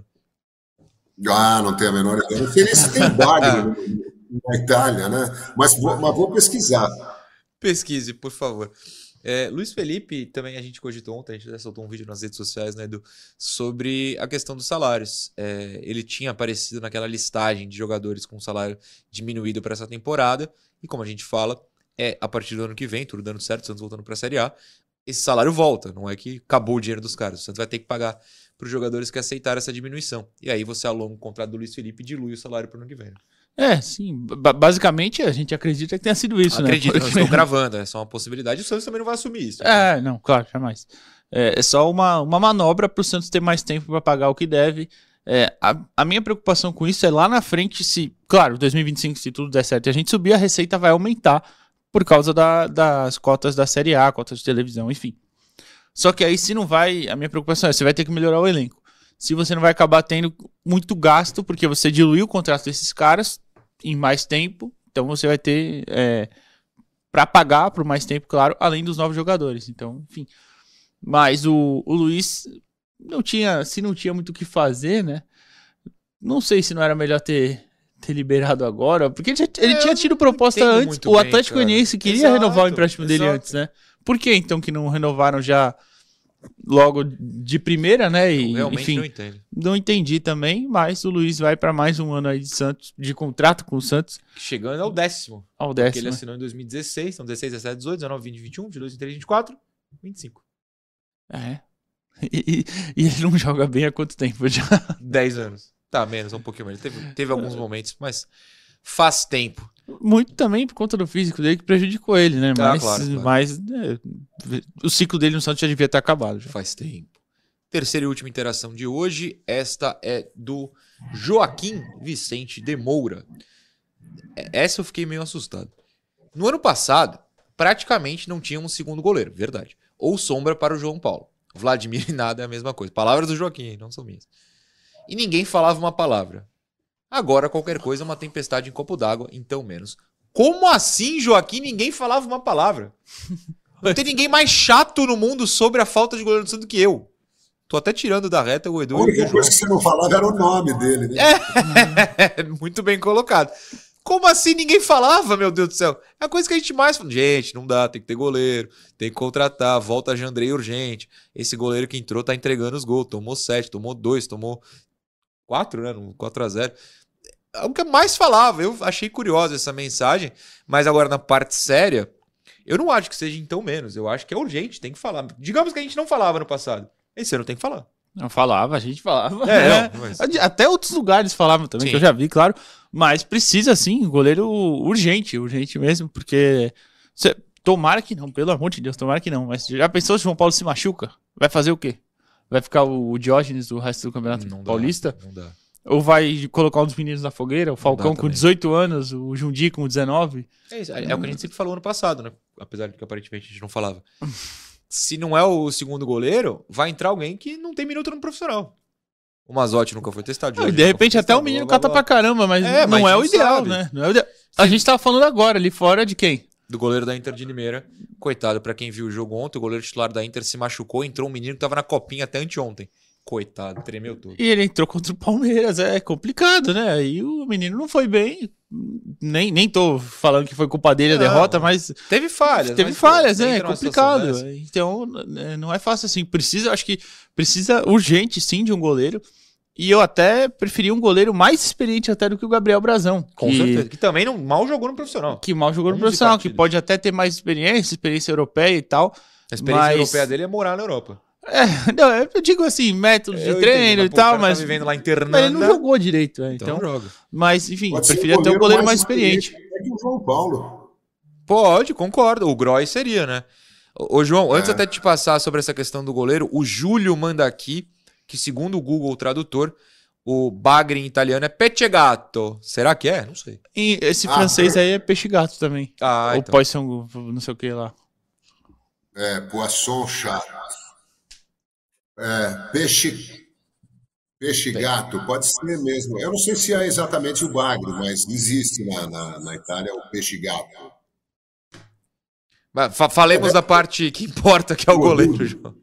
Speaker 3: Ah, não tenho a menor ideia. Não sei nem se tem bagre na Itália, né? Mas vou, mas vou pesquisar.
Speaker 2: Pesquise, por favor. É, Luiz Felipe, também a gente cogitou ontem, a gente já soltou um vídeo nas redes sociais, né, Edu, sobre a questão dos salários. É, ele tinha aparecido naquela listagem de jogadores com salário diminuído para essa temporada, e como a gente fala, é a partir do ano que vem, tudo dando certo, o Santos voltando para a Série A, esse salário volta, não é que acabou o dinheiro dos caras, o Santos vai ter que pagar para os jogadores que aceitaram essa diminuição. E aí você alonga o contrato do Luiz Felipe e dilui o salário para o ano que vem.
Speaker 4: É, sim. Ba- basicamente, a gente acredita que tenha sido isso,
Speaker 2: Acredito,
Speaker 4: né?
Speaker 2: não estou gravando, é só uma possibilidade. O Santos também não vai assumir isso.
Speaker 4: É, não, claro, jamais. É, é só uma, uma manobra para o Santos ter mais tempo para pagar o que deve. É, a, a minha preocupação com isso é lá na frente, se, claro, dois mil e vinte e cinco, se tudo der certo e a gente subir, a receita vai aumentar por causa da, das cotas da Série A, cotas de televisão, enfim. Só que aí, se não vai, a minha preocupação é, você vai ter que melhorar o elenco. Se você não vai acabar tendo muito gasto, porque você diluiu o contrato desses caras em mais tempo, então você vai ter é, para pagar por mais tempo, claro, além dos novos jogadores. Então, enfim. Mas o, o Luiz não tinha, se não tinha muito o que fazer, né? Não sei se não era melhor ter, ter liberado agora, porque ele, já, ele
Speaker 2: É,
Speaker 4: tinha tido proposta
Speaker 2: entendo
Speaker 4: antes.
Speaker 2: muito
Speaker 4: O
Speaker 2: bem,
Speaker 4: Atlético
Speaker 2: cara.
Speaker 4: Goianiense queria
Speaker 2: Exato,
Speaker 4: renovar o empréstimo dele
Speaker 2: exato.
Speaker 4: antes, né? Por que então que não renovaram já logo de primeira, né? E,
Speaker 2: Eu realmente
Speaker 4: enfim,
Speaker 2: não entendo.
Speaker 4: não entendi também, mas o Luiz vai para mais um ano aí de Santos, de contrato com o Santos,
Speaker 2: Chegando ao décimo.
Speaker 4: ao
Speaker 2: Porque ele
Speaker 4: décimo.
Speaker 2: assinou em dois mil e dezesseis, então dezesseis, dezessete, dezoito, dezenove, vinte, vinte e um, vinte e dois, vinte e três, vinte e quatro, vinte e cinco.
Speaker 4: É. E, e ele não joga bem há quanto tempo já?
Speaker 2: dez anos. Tá, menos, um pouquinho menos. Teve, teve alguns momentos, mas faz tempo.
Speaker 4: Muito também por conta do físico dele que prejudicou ele, né?
Speaker 2: Ah,
Speaker 4: Mas,
Speaker 2: claro, claro.
Speaker 4: mas é, o ciclo dele no Santos já devia ter acabado. Já.
Speaker 2: Faz tempo. Terceira e última interação de hoje. Esta é do Joaquim Vicente de Moura. Essa eu fiquei meio assustado. No ano passado, praticamente não tinha um segundo goleiro, verdade. Ou sombra para o João Paulo. Vladimir e nada é a mesma coisa. Palavras do Joaquim, não são minhas. E ninguém falava uma palavra. Agora qualquer coisa é uma tempestade em copo d'água, então menos. Como assim, Joaquim? Ninguém falava uma palavra. Não tem ninguém mais chato no mundo sobre a falta de goleiro do Santos do que eu. Tô até tirando da reta o Edu
Speaker 3: A
Speaker 2: e o
Speaker 3: única
Speaker 2: João.
Speaker 3: coisa que você não falava era o nome dele, né?
Speaker 2: É, muito bem colocado. Como assim ninguém falava, meu Deus do céu? É a coisa que a gente mais fala. Gente, não dá, tem que ter goleiro, tem que contratar, volta a Jandrei urgente. Esse goleiro que entrou tá entregando os gols. Tomou sete, tomou dois, tomou quatro, né? No quatro a zero. É o que eu mais falava. Eu achei curiosa essa mensagem, mas agora na parte séria, eu não acho que seja então menos. Eu acho que é urgente, tem que falar. Digamos que a gente não falava no passado. Esse ano tem que falar.
Speaker 4: Não falava, a gente falava.
Speaker 2: É, não, mas-
Speaker 4: Até outros lugares falavam também,
Speaker 2: Sim.
Speaker 4: que eu já vi, claro. Mas precisa, sim, goleiro urgente, urgente mesmo, porque... cê- tomara que não, pelo amor de Deus, tomara que não. Mas já pensou se o João Paulo se machuca? Vai fazer o quê? Vai ficar o Diógenes do resto do Campeonato
Speaker 2: Não dá,
Speaker 4: Paulista?
Speaker 2: Não dá.
Speaker 4: Ou vai colocar um dos meninos na fogueira? O Falcão
Speaker 2: dá
Speaker 4: com
Speaker 2: também.
Speaker 4: dezoito anos, o Junди com dezenove?
Speaker 2: É, isso, é o que a gente sempre falou ano passado, né? Apesar de que aparentemente a gente não falava. Se não é o segundo goleiro, vai entrar alguém que não tem minuto no profissional. O Mazotti nunca foi testado.
Speaker 4: Não, e
Speaker 2: Jorge
Speaker 4: de
Speaker 2: nunca
Speaker 4: repente
Speaker 2: foi
Speaker 4: até o
Speaker 2: testado,
Speaker 4: menino
Speaker 2: blá, blá,
Speaker 4: cata
Speaker 2: blá.
Speaker 4: pra caramba, mas
Speaker 2: É,
Speaker 4: não
Speaker 2: mas
Speaker 4: é
Speaker 2: a
Speaker 4: o
Speaker 2: gente
Speaker 4: ideal,
Speaker 2: sabe.
Speaker 4: né? Não é o ideal. A gente tava falando agora, ali fora de quem?
Speaker 2: Do goleiro da Inter de Limeira. Coitado, pra quem viu o jogo ontem, o goleiro titular da Inter se machucou, entrou um menino que tava na copinha até anteontem. Coitado, tremeu tudo.
Speaker 4: E ele entrou contra o Palmeiras, é complicado, né? Aí o menino não foi bem. Nem, nem tô falando que foi culpa dele a
Speaker 2: Não.
Speaker 4: derrota, mas
Speaker 2: Teve falhas.
Speaker 4: teve
Speaker 2: mas,
Speaker 4: falhas,
Speaker 2: pô,
Speaker 4: né? É
Speaker 2: entra numa situação
Speaker 4: complicado.
Speaker 2: dessa.
Speaker 4: Então, é, não é fácil assim. Precisa, acho que precisa urgente, sim, de um goleiro. E eu até preferi um goleiro mais experiente até do que o Gabriel Brazão.
Speaker 2: Com
Speaker 4: que,
Speaker 2: certeza. Que também não, mal jogou no profissional.
Speaker 4: Que mal jogou no
Speaker 2: onze
Speaker 4: profissional, que
Speaker 2: partidas.
Speaker 4: pode até ter mais experiência, experiência europeia e tal.
Speaker 2: A experiência
Speaker 4: mas-
Speaker 2: europeia dele é morar na Europa.
Speaker 4: É, não, eu digo assim, métodos de
Speaker 2: Eu
Speaker 4: treino
Speaker 2: entendi,
Speaker 4: e
Speaker 2: pô, o
Speaker 4: tal,
Speaker 2: cara
Speaker 4: mas,
Speaker 2: Tá vivendo lá em
Speaker 4: mas
Speaker 2: Ternanda.
Speaker 4: ele não jogou direito, é,
Speaker 2: Então,
Speaker 4: então,
Speaker 2: joga.
Speaker 4: mas enfim,
Speaker 3: Pode ser
Speaker 4: preferia ter um goleiro mais experiente.
Speaker 3: É que o João Paulo.
Speaker 2: Pode, concordo. O Groy seria, né? Ô, ô, João, antes
Speaker 3: É.
Speaker 2: até de te passar sobre essa questão do goleiro, o Júlio manda aqui que, segundo o Google Tradutor, o bagre em italiano é peccegato. Será que é? Não sei.
Speaker 4: E esse
Speaker 3: Ah,
Speaker 4: francês aí é peixe gato também.
Speaker 2: Ah,
Speaker 4: Ou
Speaker 2: então.
Speaker 4: poisson, não sei o que lá.
Speaker 3: É, poisson chat. É, peixe. Peixe gato, pode ser mesmo. Eu não sei se é exatamente o bagre, mas existe na, na, na Itália o peixe gato.
Speaker 2: Mas fa- falemos da parte que importa, que é o goleiro, João.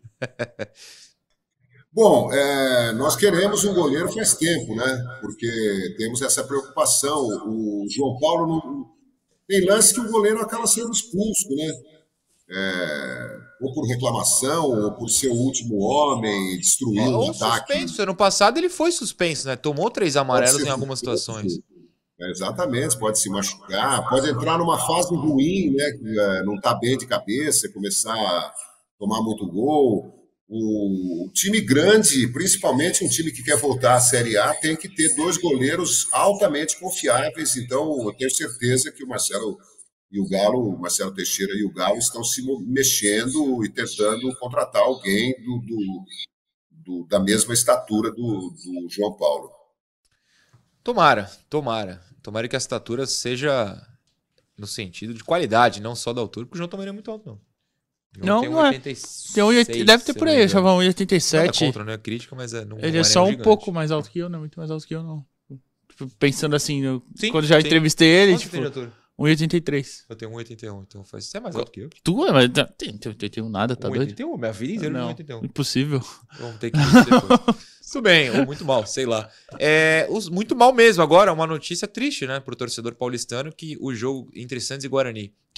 Speaker 3: Bom, é, nós queremos um goleiro faz tempo, né? Porque temos essa preocupação. O João Paulo não, tem lance que o goleiro acaba sendo expulso, né? É, ou por reclamação, ou por ser o último homem, destruir um
Speaker 2: Ou
Speaker 3: ataque.
Speaker 2: suspenso. Ano passado ele foi suspenso, né? Tomou três amarelos
Speaker 3: Pode ser
Speaker 2: em algumas
Speaker 3: suspenso.
Speaker 2: situações.
Speaker 3: É, exatamente, pode se machucar, pode entrar numa fase ruim, né? Que, é, não está bem de cabeça, começar a tomar muito gol. O, o time grande, principalmente um time que quer voltar à Série A, tem que ter dois goleiros altamente confiáveis. Então, eu tenho certeza que o Marcelo e o Galo, o Marcelo Teixeira e o Galo estão se mo- mexendo e tentando contratar alguém do, do- do- da mesma estatura do, do João Paulo.
Speaker 2: Tomara, tomara. Tomara que a estatura seja no sentido de qualidade, não só da altura, porque o João também não é muito alto, não. O João
Speaker 4: Não,
Speaker 2: tem
Speaker 4: não é.
Speaker 2: um oitenta e seis,
Speaker 4: Tem um, e oitenta deve ter
Speaker 2: se
Speaker 4: por
Speaker 2: não me
Speaker 4: aí,
Speaker 2: engano.
Speaker 4: achava um e oitenta e
Speaker 2: Nada
Speaker 4: sete.
Speaker 2: contra, não é crítica, mas é, não,
Speaker 4: Ele
Speaker 2: não
Speaker 4: é só um
Speaker 2: gigante.
Speaker 4: pouco mais alto que eu, não é muito mais alto que eu, não. Tipo, pensando assim, eu-
Speaker 2: Sim,
Speaker 4: quando já
Speaker 2: sim.
Speaker 4: entrevistei ele,
Speaker 2: Quanto
Speaker 4: tipo,
Speaker 2: você tem de altura?
Speaker 4: um e oitenta e três.
Speaker 2: Eu tenho um e oitenta e um, então faz... Você é mais alto que eu.
Speaker 4: Tu, mas tem, tem, tem, tem um nada, tá
Speaker 2: um e
Speaker 4: doido?
Speaker 2: oitenta e um, minha vida inteira é um e
Speaker 4: Não,
Speaker 2: oitenta e um.
Speaker 4: impossível.
Speaker 2: Vamos ter que ver depois. Tudo bem, ou muito mal, sei lá. É, os- muito mal mesmo. Agora, uma notícia triste, né, pro torcedor paulistano, que o jogo entre Santos e Guarani, que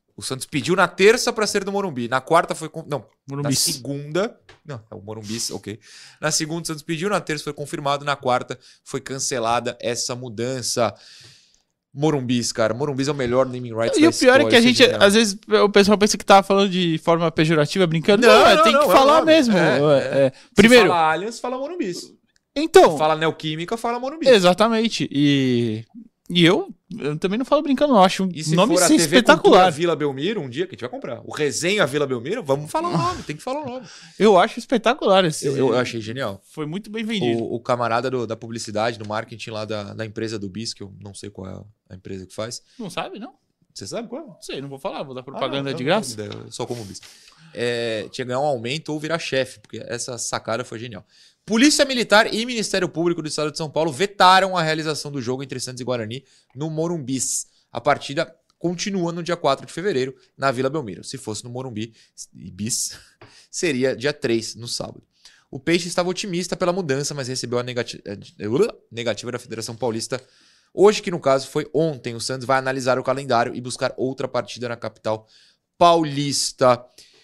Speaker 2: O Santos pediu na terça para ser do Morumbi. Na quarta foi... Com... Não,
Speaker 4: Morumbi.
Speaker 2: na segunda... Não, é o Morumbi, ok. Na segunda o Santos pediu, na terça foi confirmado, na quarta foi cancelada essa mudança. Morumbis, cara. Morumbis é o melhor naming rights
Speaker 4: E
Speaker 2: da
Speaker 4: o pior
Speaker 2: história,
Speaker 4: é que a gente,
Speaker 2: genial.
Speaker 4: às vezes, o pessoal pensa que tava falando de forma pejorativa, brincando.
Speaker 2: Não,
Speaker 4: Não, é,
Speaker 2: não,
Speaker 4: tem
Speaker 2: não,
Speaker 4: que
Speaker 2: é o
Speaker 4: falar
Speaker 2: nome.
Speaker 4: mesmo.
Speaker 2: É,
Speaker 4: É, é.
Speaker 2: Se
Speaker 4: Primeiro,
Speaker 2: fala Allianz, fala Morumbis.
Speaker 4: então...
Speaker 2: Fala Neoquímica, fala Morumbis.
Speaker 4: Exatamente. E, e eu, eu também não falo brincando, não. Acho um
Speaker 2: E se
Speaker 4: nome
Speaker 2: for a T V
Speaker 4: espetacular.
Speaker 2: Cultura Vila Belmiro, um dia que a gente vai comprar. O Resenha Vila Belmiro, vamos falar o nome, tem que falar o nome.
Speaker 4: Eu acho espetacular esse.
Speaker 2: Eu, eu achei genial.
Speaker 4: Foi muito bem vendido.
Speaker 2: O, o camarada do- da publicidade, do marketing lá da, da empresa do Bis, que eu não sei qual é a empresa que faz.
Speaker 4: Não sabe, não?
Speaker 2: Você sabe qual é?
Speaker 4: Não sei, não vou falar, vou dar propaganda
Speaker 2: Ah, não,
Speaker 4: de
Speaker 2: não,
Speaker 4: graça.
Speaker 2: não, eu só como Bis. É, tinha que ganhar um aumento ou virar chefe, porque essa sacada foi genial. Polícia Militar e Ministério Público do Estado de São Paulo vetaram a realização do jogo entre Santos e Guarani no Morumbis. A partida continua no dia quatro de fevereiro, na Vila Belmiro. Se fosse no Morumbi e Bis, seria dia três, no sábado. O Peixe estava otimista pela mudança, mas recebeu a negati- negativa da Federação Paulista hoje, que no caso foi ontem. O Santos vai analisar o calendário e buscar outra partida na capital paulista.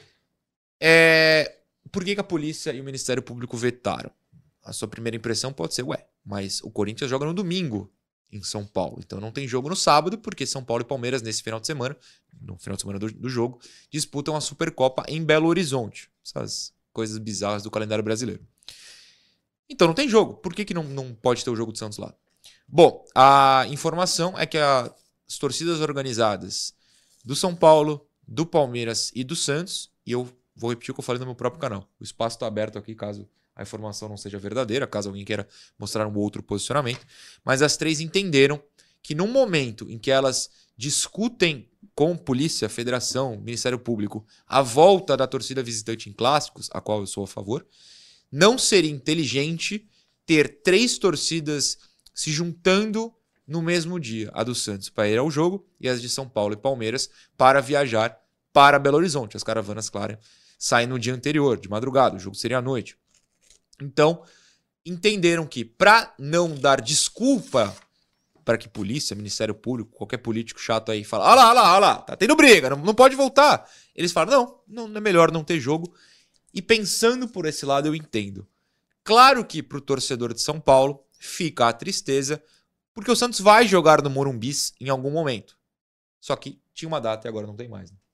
Speaker 2: É... Por que, que a polícia e o Ministério Público vetaram? A sua primeira impressão pode ser, ué, mas o Corinthians joga no domingo em São Paulo. Então não tem jogo no sábado, porque São Paulo e Palmeiras, nesse final de semana, no final de semana do, do jogo, disputam a Supercopa em Belo Horizonte. Essas coisas bizarras do calendário brasileiro. Então não tem jogo. Por que, que não, não pode ter o jogo do Santos lá? Bom, a informação é que a, as torcidas organizadas do São Paulo, do Palmeiras e do Santos, e eu vou repetir o que eu falei no meu próprio canal. O espaço está aberto aqui caso a informação não seja verdadeira, caso alguém queira mostrar um outro posicionamento. Mas as três entenderam que num momento em que elas discutem com polícia, federação, Ministério Público, a volta da torcida visitante em clássicos, a qual eu sou a favor, não seria inteligente ter três torcidas se juntando no mesmo dia. A do Santos para ir ao jogo e as de São Paulo e Palmeiras para viajar para Belo Horizonte. As caravanas, claro, saem no dia anterior, de madrugada. O jogo seria à noite. Então, entenderam que para não dar desculpa para que polícia, Ministério Público, qualquer político chato aí fala, olha lá, olha lá, olha lá, tá tendo briga, não, não pode voltar. Eles falam, não, não é melhor não ter jogo. E pensando por esse lado, eu entendo. Claro que para o torcedor de São Paulo fica a tristeza, porque o Santos vai jogar no Morumbis em algum momento. Só que tinha uma data e agora não tem mais. Né?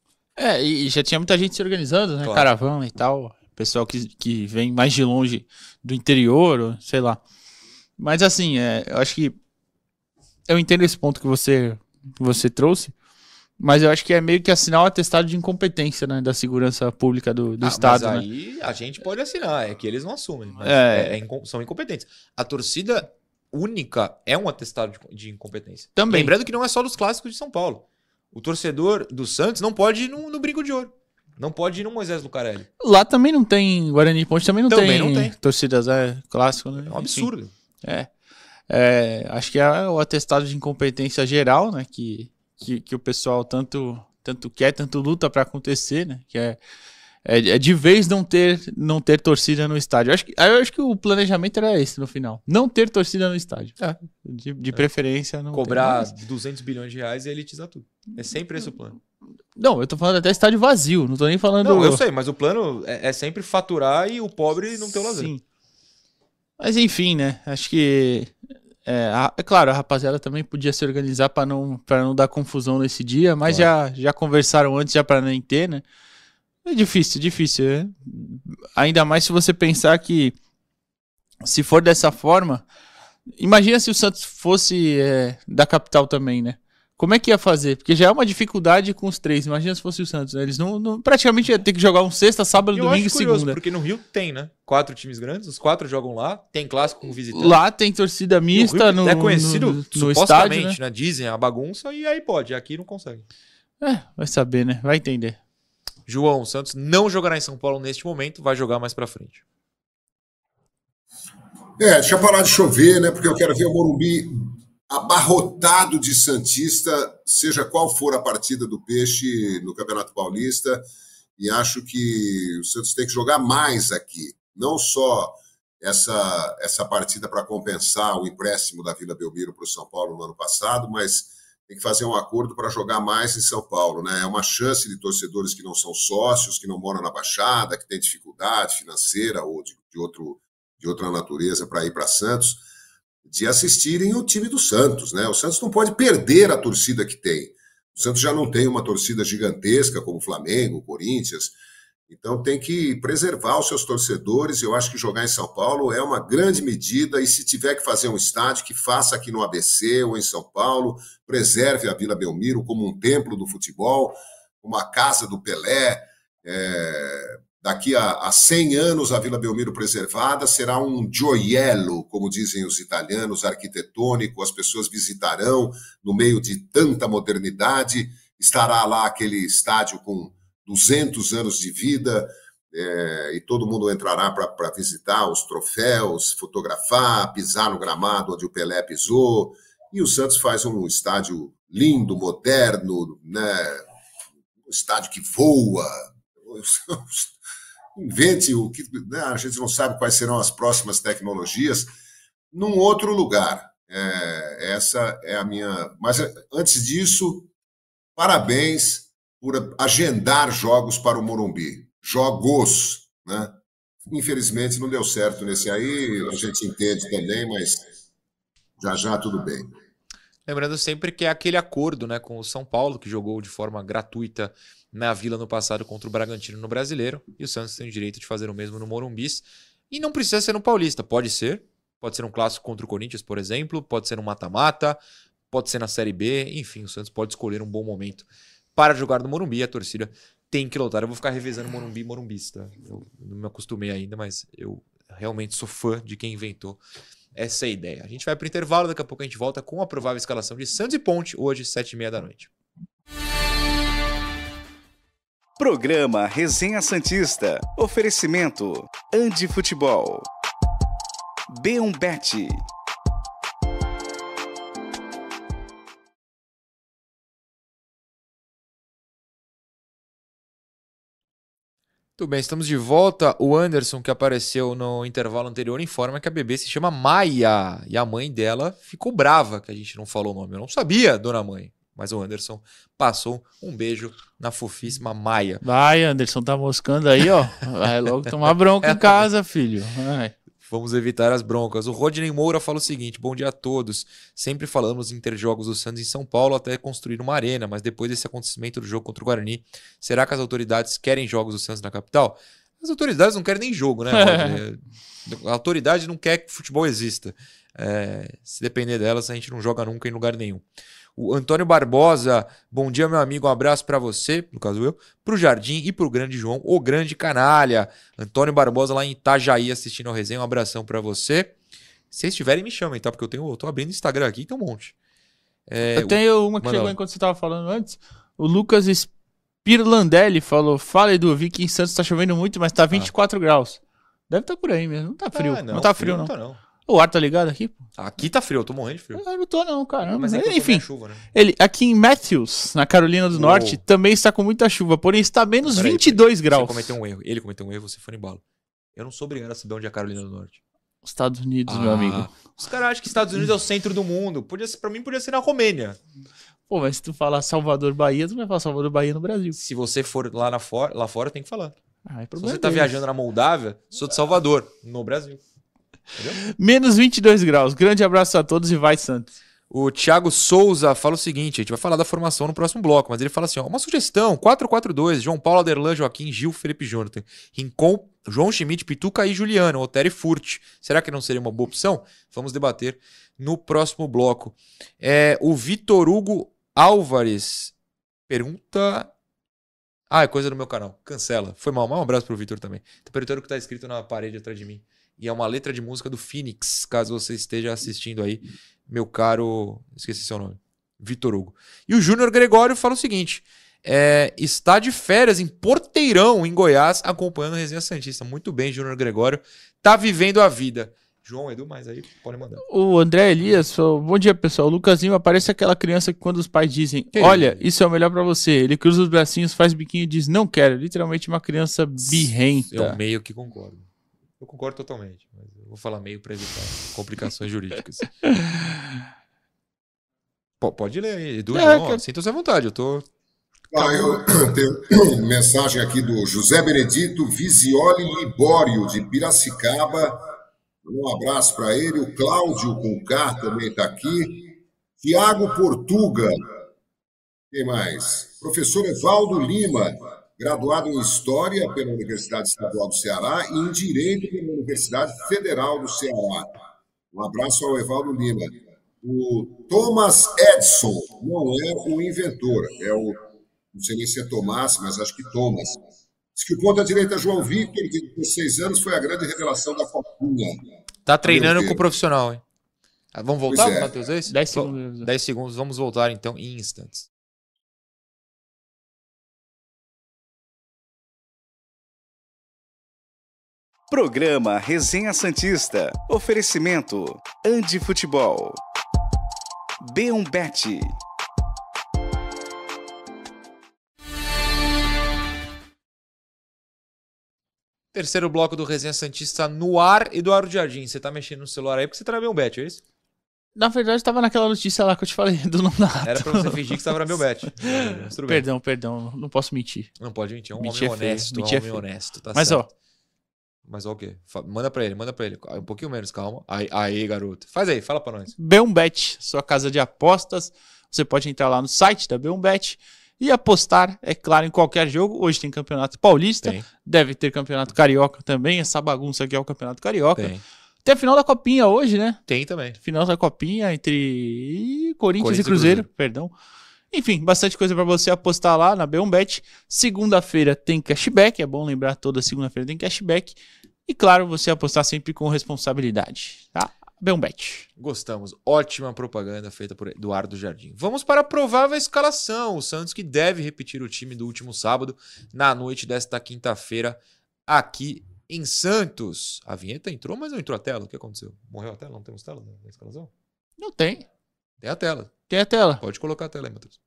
Speaker 4: É, e já tinha muita gente se organizando, né?
Speaker 2: Claro.
Speaker 4: Caravana e tal. Pessoal que, que vem mais de longe do interior, ou sei lá. Mas assim, é, eu acho que eu entendo esse ponto que você, que você trouxe, mas eu acho que é meio que assinar o atestado de incompetência, né, da segurança pública do, do
Speaker 2: Ah,
Speaker 4: Estado.
Speaker 2: mas
Speaker 4: né?
Speaker 2: aí a gente pode assinar, é que eles não assumem. Mas
Speaker 4: É.
Speaker 2: é- é inco- são incompetentes. A torcida única é um atestado de, de incompetência.
Speaker 4: Também.
Speaker 2: Lembrando que não é só dos clássicos de São Paulo. O torcedor do Santos não pode ir no, no Brinco de Ouro. Não pode ir no Moisés Lucarelli.
Speaker 4: Lá também não tem, Guarani e Ponte também não,
Speaker 2: Também
Speaker 4: tem,
Speaker 2: não tem.
Speaker 4: torcidas, é clássico, né?
Speaker 2: É um
Speaker 4: Enfim.
Speaker 2: absurdo.
Speaker 4: É. É, acho que é o atestado de incompetência geral, né? Que, que, que o pessoal tanto, tanto quer, tanto luta para acontecer, né? Que é, é, é de vez não ter, não ter torcida no estádio. Eu acho, que, eu acho que o planejamento era esse no final. Não ter torcida no estádio.
Speaker 2: É.
Speaker 4: De, de preferência não
Speaker 2: Cobrar
Speaker 4: ter.
Speaker 2: duzentos bilhões de reais e elitizar tudo. É sempre esse o plano.
Speaker 4: Não, eu tô falando até estádio vazio. Não tô nem falando...
Speaker 2: Não, eu sei, mas o plano é, é sempre faturar e o pobre não ter o lazer.
Speaker 4: Sim. Mas enfim, né? Acho que... É, a- é claro, a rapaziada também podia se organizar para não, para não dar confusão nesse dia, mas
Speaker 2: Claro.
Speaker 4: já, já conversaram antes, já para nem ter, né? É difícil, difícil. É. Ainda mais se você pensar que, se for dessa forma, imagina se o Santos fosse é, da capital também, né? Como é que ia fazer? Porque já é uma dificuldade com os três. Imagina se fosse o Santos, né? Eles não, não- praticamente ia ter que jogar um sexta, sábado,
Speaker 2: Eu
Speaker 4: domingo e
Speaker 2: acho curioso,
Speaker 4: segunda.
Speaker 2: porque no Rio tem, né? Quatro times grandes, os quatro jogam lá, tem clássico com visitante.
Speaker 4: Lá tem torcida
Speaker 2: E o
Speaker 4: mista
Speaker 2: Rio
Speaker 4: no,
Speaker 2: é conhecido
Speaker 4: no, no estádio,
Speaker 2: supostamente,
Speaker 4: né?
Speaker 2: né? Dizem a bagunça e aí pode, aqui não consegue.
Speaker 4: É, vai saber, né? Vai entender.
Speaker 2: João, o Santos não jogará em São Paulo neste momento, vai jogar mais pra frente.
Speaker 3: É, deixa eu parar de chover, né? Porque eu quero ver o Morumbi abarrotado de Santista, seja qual for a partida do Peixe no Campeonato Paulista. E acho que o Santos tem que jogar mais aqui. Não só essa, essa partida para compensar o empréstimo da Vila Belmiro para o São Paulo no ano passado, mas tem que fazer um acordo para jogar mais em São Paulo, né? É uma chance de torcedores que não são sócios, que não moram na Baixada, que têm dificuldade financeira ou de, de, outro, de outra natureza para ir para Santos, de assistirem o time do Santos, né? O Santos não pode perder a torcida que tem. O Santos já não tem uma torcida gigantesca como o Flamengo, o Corinthians, então tem que preservar os seus torcedores. Eu acho que jogar em São Paulo é uma grande medida, e se tiver que fazer um estádio, que faça aqui no A B C ou em São Paulo, preserve a Vila Belmiro como um templo do futebol, uma casa do Pelé. É... Daqui a, a cem anos, a Vila Belmiro preservada será um gioiello, como dizem os italianos, arquitetônico. As pessoas visitarão no meio de tanta modernidade. Estará lá aquele estádio com duzentos anos de vida, é, e todo mundo entrará para visitar os troféus, fotografar, pisar no gramado onde o Pelé pisou. E o Santos faz um estádio lindo, moderno, né? Um estádio que voa. Invente o que, né? A gente não sabe quais serão as próximas tecnologias num outro lugar. É, essa é a minha... Mas antes disso, parabéns por agendar jogos para o Morumbi. Jogos, né? Infelizmente não deu certo nesse aí, a gente entende também, mas já já tudo bem.
Speaker 2: Lembrando sempre que é aquele acordo, né, com o São Paulo, que jogou de forma gratuita na Vila no passado contra o Bragantino no Brasileiro, e o Santos tem o direito de fazer o mesmo no Morumbi. E não precisa ser no Paulista, pode ser. Pode ser um clássico contra o Corinthians, por exemplo, pode ser um mata-mata, pode ser na Série B, enfim, o Santos pode escolher um bom momento para jogar no Morumbi. A torcida tem que lotar. Eu vou ficar revezando Morumbi e Morumbista. Eu não me acostumei ainda, mas eu realmente sou fã de quem inventou essa ideia. A gente vai para o intervalo, daqui a pouco a gente volta com a provável escalação de Santos e Ponte, hoje, sete e meia da noite.
Speaker 1: Programa Resenha Santista. Oferecimento Andi Futebol. B um Bet.
Speaker 2: Tudo bem, estamos de volta. O Anderson, que apareceu no intervalo anterior, informa que a bebê se chama Maia. E a mãe dela ficou brava que a gente não falou o nome. Eu não sabia, dona mãe. Mas o Anderson passou um beijo na fofíssima Maia.
Speaker 4: Vai, Anderson, tá moscando aí, ó. Vai logo tomar bronca em casa, filho. Vai.
Speaker 2: Vamos evitar as broncas. O Rodney Moura fala o seguinte: bom dia a todos. Sempre falamos em ter jogos do Santos em São Paulo até construir uma arena, mas depois desse acontecimento do jogo contra o Guarani, será que as autoridades querem jogos do Santos na capital? As autoridades não querem nem jogo, né? A autoridade não quer que o futebol exista. É, se depender delas, a gente não joga nunca em lugar nenhum. O Antônio Barbosa, bom dia, meu amigo, um abraço para você, no caso eu, pro Jardim e pro grande João, o grande canalha. Antônio Barbosa lá em Itajaí assistindo ao resenha, um abração para você. Se vocês tiverem, me chamem, tá? Porque eu tenho, eu tô abrindo Instagram aqui, tem um monte. É,
Speaker 4: eu tenho uma que
Speaker 2: Manda
Speaker 4: chegou
Speaker 2: lá.
Speaker 4: enquanto você tava falando antes. O Lucas Spirlandelli falou: fala, Edu, vi que em Santos tá chovendo muito, mas tá vinte e quatro graus. Deve tá por aí mesmo, não tá frio.
Speaker 2: Ah,
Speaker 4: não, tá frio, não.
Speaker 2: Não tá, não.
Speaker 4: O ar tá ligado aqui? Pô?
Speaker 2: Aqui tá frio, eu tô morrendo de frio.
Speaker 4: Eu não tô não, caramba.
Speaker 2: Mas é que eu
Speaker 4: Enfim,
Speaker 2: tomei a chuva, né?
Speaker 4: ele, aqui em Matthews, na Carolina do
Speaker 2: Uou.
Speaker 4: Norte, também está com muita chuva, porém está a menos
Speaker 2: Peraí,
Speaker 4: vinte e dois
Speaker 2: peraí.
Speaker 4: graus.
Speaker 2: Você cometeu um erro. Ele cometeu um erro, você foi no embalo. Eu não sou obrigado a saber onde é a Carolina do Norte.
Speaker 4: Estados Unidos, meu
Speaker 2: Ah,
Speaker 4: amigo.
Speaker 2: Os caras acham que Estados Unidos é o centro do mundo. Podia ser, pra mim, podia ser na Romênia.
Speaker 4: Pô, mas se tu falar Salvador, Bahia, tu vai falar Salvador, Bahia no Brasil.
Speaker 2: Se você for lá, na for, lá fora, tem que falar.
Speaker 4: Ah, é
Speaker 2: Se
Speaker 4: problema
Speaker 2: você tá
Speaker 4: deles.
Speaker 2: viajando na Moldávia, sou de Salvador, no Brasil. Entendeu?
Speaker 4: Menos vinte e dois graus. Grande abraço a todos e vai, Santos.
Speaker 2: O Thiago Souza fala o seguinte, a gente vai falar da formação no próximo bloco, mas ele fala assim, ó, uma sugestão, quatro quatro dois, João Paulo, Aderlan, Joaquim, Gil, Felipe Jonathan, Rincon, João Schmidt, Pituca e Juliano, Otero e Furt. Será que não seria uma boa opção? Vamos debater no próximo bloco. É, o Vitor Hugo Álvares pergunta... Ah, é coisa do meu canal. Cancela. Foi mal. Um abraço pro Vitor também. Tá perguntando o que tá escrito na parede atrás de mim. E é uma letra de música do Phoenix, caso você esteja assistindo aí, meu caro... Esqueci seu nome. Vitor Hugo. E o Júnior Gregório fala o seguinte, é, está de férias em Porteirão, em Goiás, acompanhando a Resenha Santista. Muito bem, Júnior Gregório. Tá vivendo a vida. João, Edu, mais aí, pode mandar.
Speaker 4: O André Elias falou: bom dia, pessoal. O Lucasinho parece aquela criança que quando os pais dizem,
Speaker 2: Que
Speaker 4: olha,
Speaker 2: isso?
Speaker 4: isso é o melhor pra você. Ele cruza os bracinhos, faz biquinho e diz, não quero. Literalmente uma criança birrenta.
Speaker 2: Eu meio que concordo. Eu concordo totalmente, mas eu vou falar meio para evitar complicações jurídicas. P- pode ler aí, Edu,
Speaker 4: É,
Speaker 2: João,
Speaker 4: que-
Speaker 2: sinta-se à vontade, eu tô...
Speaker 3: Ah, eu tenho mensagem aqui do José Benedito Visioli Libório, de Piracicaba. Um abraço para ele. O Cláudio Concar também está aqui. Tiago Portuga. Quem mais? Professor Evaldo Lima, graduado em História pela Universidade Estadual do Ceará e em Direito pela Universidade Federal do Ceará. Um abraço ao Evaldo Lima. O Thomas Edison não é o inventor, é o, não sei nem se é Tomás, mas acho que Thomas. Diz que o ponta-direita João Victor, de dezesseis anos, foi a grande revelação da Copinha.
Speaker 2: Tá treinando
Speaker 3: Meu
Speaker 2: com o
Speaker 3: Deus.
Speaker 2: profissional, hein? Ah, vamos voltar,
Speaker 3: Pois é.
Speaker 2: Matheus? É isso?
Speaker 4: dez
Speaker 2: Va-
Speaker 4: segundos.
Speaker 2: dez segundos, vamos voltar então em instantes.
Speaker 1: Programa Resenha Santista. Oferecimento Andi Futebol. B um Bet.
Speaker 2: Terceiro bloco do Resenha Santista no ar. Eduardo Jardim, você tá mexendo no celular aí porque você tá na meu bet, é isso?
Speaker 4: Na verdade, tava naquela notícia lá que eu te falei do nome da rata.
Speaker 2: Era pra você fingir que você tava na meu bet. Mas tudo bem.
Speaker 4: Perdão, perdão, não posso mentir.
Speaker 2: Não pode mentir, é um
Speaker 4: Mentir
Speaker 2: homem
Speaker 4: é feio,
Speaker 2: honesto, é um
Speaker 4: mentir é
Speaker 2: homem
Speaker 4: feio.
Speaker 2: honesto, tá
Speaker 4: Mas
Speaker 2: certo.
Speaker 4: ó,
Speaker 2: Mas ó o quê? Fa- Manda pra ele, manda pra ele. Um pouquinho menos, calma. Aí, aí, garoto. Faz aí, fala pra nós.
Speaker 4: B um Bet, sua casa de apostas. Você pode entrar lá no site da B um Bet e apostar, é claro, em qualquer jogo. Hoje tem Campeonato Paulista,
Speaker 2: Tem,
Speaker 4: deve ter Campeonato Carioca também. Essa bagunça aqui é o Campeonato Carioca.
Speaker 2: tem.
Speaker 4: Tem a final da Copinha hoje, né?
Speaker 2: Tem também.
Speaker 4: Final da Copinha entre Corinthians,
Speaker 2: Corinthians
Speaker 4: e
Speaker 2: e
Speaker 4: Cruzeiro,
Speaker 2: Cruzeiro.
Speaker 4: perdão. Enfim, bastante coisa pra você apostar lá na B um Bet. Segunda-feira tem cashback, é bom lembrar, toda segunda-feira tem cashback. E claro, você apostar sempre com responsabilidade, tá? B um Bet.
Speaker 2: Gostamos. Ótima propaganda feita por Eduardo Jardim. Vamos para a provável escalação. O Santos que deve repetir o time do último sábado na noite desta quinta-feira aqui em Santos. A vinheta entrou, mas não entrou a tela. O que aconteceu? Morreu a tela? Não temos tela na escalação?
Speaker 4: Não tem.
Speaker 2: Tem a tela.
Speaker 4: Tem a tela.
Speaker 2: Pode colocar a tela aí, Matheus.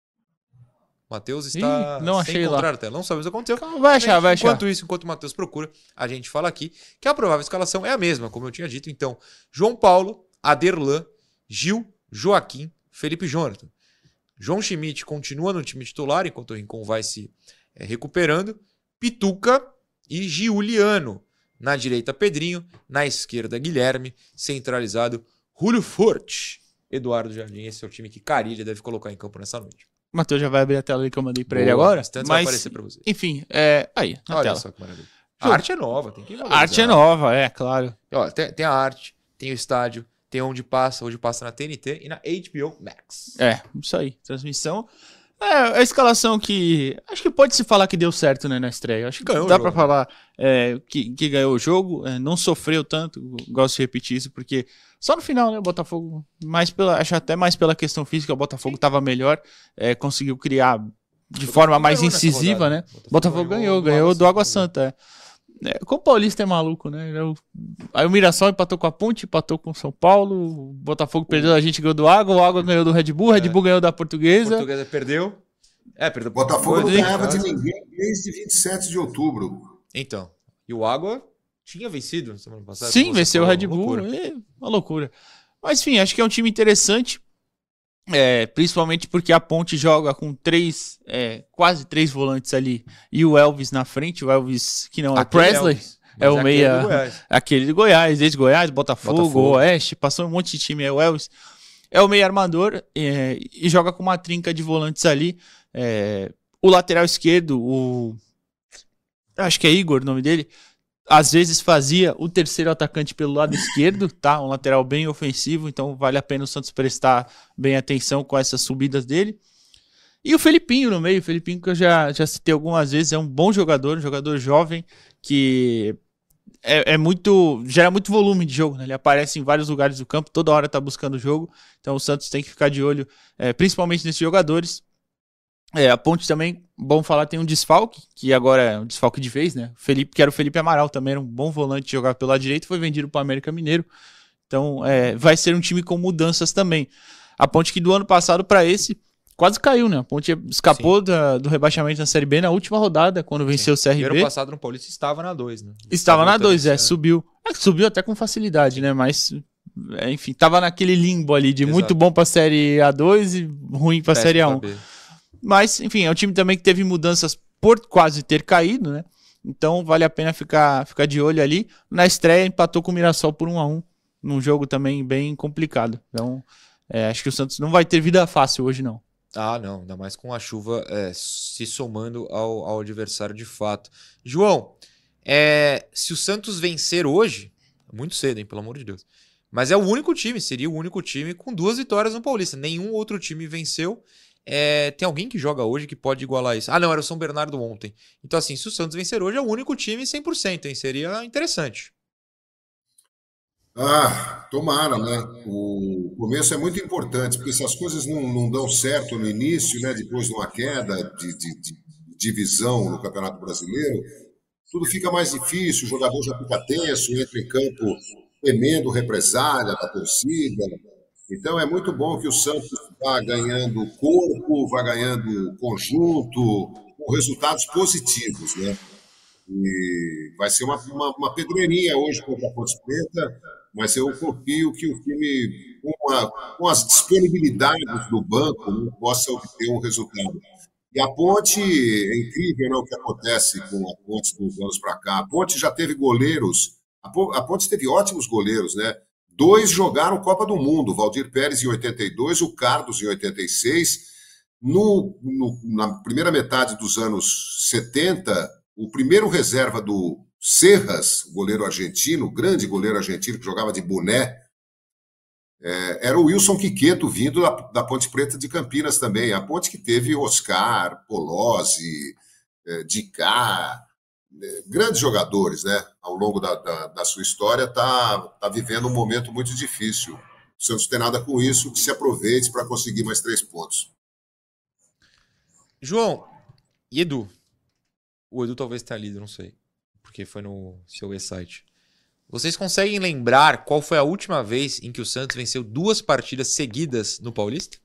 Speaker 2: Matheus está
Speaker 4: Ih, não
Speaker 2: sem
Speaker 4: achei lá.
Speaker 2: encontrar a tela. Não sabemos o que aconteceu.
Speaker 4: Calma, vai achar,
Speaker 2: Gente,
Speaker 4: vai achar.
Speaker 2: Enquanto isso, enquanto o Matheus procura, a gente fala aqui que a provável escalação é a mesma, como eu tinha dito. Então, João Paulo, Aderlan, Gil, Joaquim, Felipe Jonathan. João Schmidt continua no time titular, enquanto o Rincon vai se é, recuperando. Pituca e Giuliano. Na direita, Pedrinho. Na esquerda, Guilherme. Centralizado, Julio Forte. Eduardo Jardim, esse é o time que Carilha deve colocar em campo nessa noite.
Speaker 4: O Matheus já vai abrir a tela aí que eu mandei pra ele
Speaker 2: Boa,
Speaker 4: agora.
Speaker 2: instantes vai
Speaker 4: Mas,
Speaker 2: aparecer pra você.
Speaker 4: enfim, é... aí, na
Speaker 2: Olha
Speaker 4: tela.
Speaker 2: só que maravilha. A arte é nova, tem que
Speaker 4: A
Speaker 2: valorizar.
Speaker 4: arte é nova, é, claro.
Speaker 2: Ó, tem, tem a arte, tem o estádio, tem onde passa, onde passa na T N T e na H B O Max.
Speaker 4: É, isso aí. Transmissão. É, a escalação que... Acho que pode se falar que deu certo, né, na estreia. Acho que
Speaker 2: Ganhou o
Speaker 4: dá
Speaker 2: jogo,
Speaker 4: pra
Speaker 2: né?
Speaker 4: falar é, que, que ganhou o jogo. É, não sofreu tanto. Gosto de repetir isso, porque só no final, né, o Botafogo... Mais pela, acho até mais pela questão física, o Botafogo tava melhor. É, conseguiu criar de forma mais
Speaker 2: ganhou nessa
Speaker 4: incisiva,
Speaker 2: rodada,
Speaker 4: né?
Speaker 2: né?
Speaker 4: Botafogo, Botafogo ganhou, ganhou do Água Santa. É. É, como o Paulista é maluco, né? Eu- Aí o Mirassol empatou com a Ponte, empatou com o São Paulo. O Botafogo perdeu, a gente ganhou do Água, o Água ganhou do Red Bull, o Red
Speaker 2: É.
Speaker 4: Bull ganhou da Portuguesa.
Speaker 2: Portuguesa perdeu. É, perdeu.
Speaker 3: Botafogo não
Speaker 2: Foi,
Speaker 3: ganhava
Speaker 2: né?
Speaker 3: de ninguém desde vinte e sete de outubro.
Speaker 2: Então, e o Água tinha vencido na semana passada.
Speaker 4: Sim,
Speaker 2: como você
Speaker 4: venceu o
Speaker 2: falou,
Speaker 4: Red Bull.
Speaker 2: loucura.
Speaker 4: É uma loucura. Mas enfim, acho que é um time interessante. É, principalmente porque a Ponte joga com três, é, quase três volantes ali. E o Elvis na frente. O Elvis, que não é o
Speaker 2: Aquele
Speaker 4: Presley.
Speaker 2: Elvis,
Speaker 4: É
Speaker 2: mas
Speaker 4: o
Speaker 2: aquele
Speaker 4: meia-
Speaker 2: do Goiás.
Speaker 4: Aquele de Goiás, desde Goiás, Botafogo,
Speaker 2: Botafogo.
Speaker 4: Oeste, passou um monte de time, é o Elvis. É o meio armador é, e joga com uma trinca de volantes ali. É, o lateral esquerdo, o. Acho que é Igor o nome dele. Às vezes fazia o terceiro atacante pelo lado esquerdo, tá? Um lateral bem ofensivo, então vale a pena o Santos prestar bem atenção com essas subidas dele. E o Felipinho no meio, o Felipinho que eu já, já citei algumas vezes, é um bom jogador, um jogador jovem que é, é muito, gera muito volume de jogo, né? Ele aparece em vários lugares do campo, toda hora tá buscando o jogo, então o Santos tem que ficar de olho, é, principalmente nesses jogadores. É, a Ponte também, bom falar, tem um desfalque, que agora é um desfalque de vez, né? Felipe, que era o Felipe Amaral também, era um bom volante, jogava pelo lado direito, foi vendido para o América Mineiro. Então, é, vai ser um time com mudanças também. A Ponte que do ano passado para esse quase caiu, né? A Ponte escapou da, do rebaixamento na Série B na última rodada, quando venceu
Speaker 2: Sim.
Speaker 4: o C R
Speaker 2: E
Speaker 4: B.
Speaker 2: ano passado no Paulista estava na dois, né?
Speaker 4: Estava na
Speaker 2: voltando
Speaker 4: dois, é,
Speaker 2: esse ano.
Speaker 4: subiu. É, subiu até com facilidade, né? Mas enfim, tava naquele limbo ali de
Speaker 2: Exato.
Speaker 4: muito bom pra Série A dois e ruim pra
Speaker 2: Péssimo
Speaker 4: Série A um.
Speaker 2: pra B.
Speaker 4: Mas, enfim, é um time também que teve mudanças por quase ter caído, né? Então vale a pena ficar, ficar de olho ali. Na estreia empatou com o Mirassol por um a um, num jogo também bem complicado. Então, é, acho que o Santos não vai ter vida fácil hoje, não.
Speaker 2: Ah, não, ainda mais com a chuva é, se somando ao, ao adversário de fato. João, é, se o Santos vencer hoje, muito cedo, hein, pelo amor de Deus, mas é o único time, seria o único time com duas vitórias no Paulista. Nenhum outro time venceu. É, tem alguém que joga hoje que pode igualar isso? Ah, não, era o São Bernardo ontem. Então, assim, se o Santos vencer hoje, é o único time cem por cento, hein? Seria interessante.
Speaker 3: Ah, tomara, né? O começo é muito importante, porque se as coisas não, não dão certo no início, né? Depois de uma queda de, de, de divisão no Campeonato Brasileiro, tudo fica mais difícil, o jogador já fica tenso, entra em campo temendo represália da torcida. Então é muito bom que o Santos vá ganhando corpo, vá ganhando conjunto, com resultados positivos, né? E vai ser uma, uma, uma pedreirinha hoje contra a Ponte Preta, mas eu confio que o time, com, a, com as disponibilidades do banco, né, possa obter um resultado. E a Ponte, é incrível, né, o que acontece com a Ponte dos anos para cá. A Ponte já teve goleiros, a Ponte teve ótimos goleiros, né? Dois jogaram Copa do Mundo, Valdir Pérez em oitenta e dois, o Carlos em oitenta e seis. No, no, na primeira metade dos anos setenta, o primeiro reserva do Serras, goleiro argentino, grande goleiro argentino que jogava de boné, é, era o Wilson Quiqueto, vindo da, da Ponte Preta de Campinas também. A Ponte que teve Oscar, Polozzi, é, Dicá, é, grandes jogadores, né? Ao longo da, da, da sua história, está tá vivendo um momento muito difícil. O Santos tem nada com isso, que se aproveite para conseguir mais três pontos.
Speaker 2: João e Edu. O Edu talvez tenha lido, não sei, porque foi no seu e-site. Vocês conseguem lembrar qual foi a última vez em que o Santos venceu duas partidas seguidas no Paulista?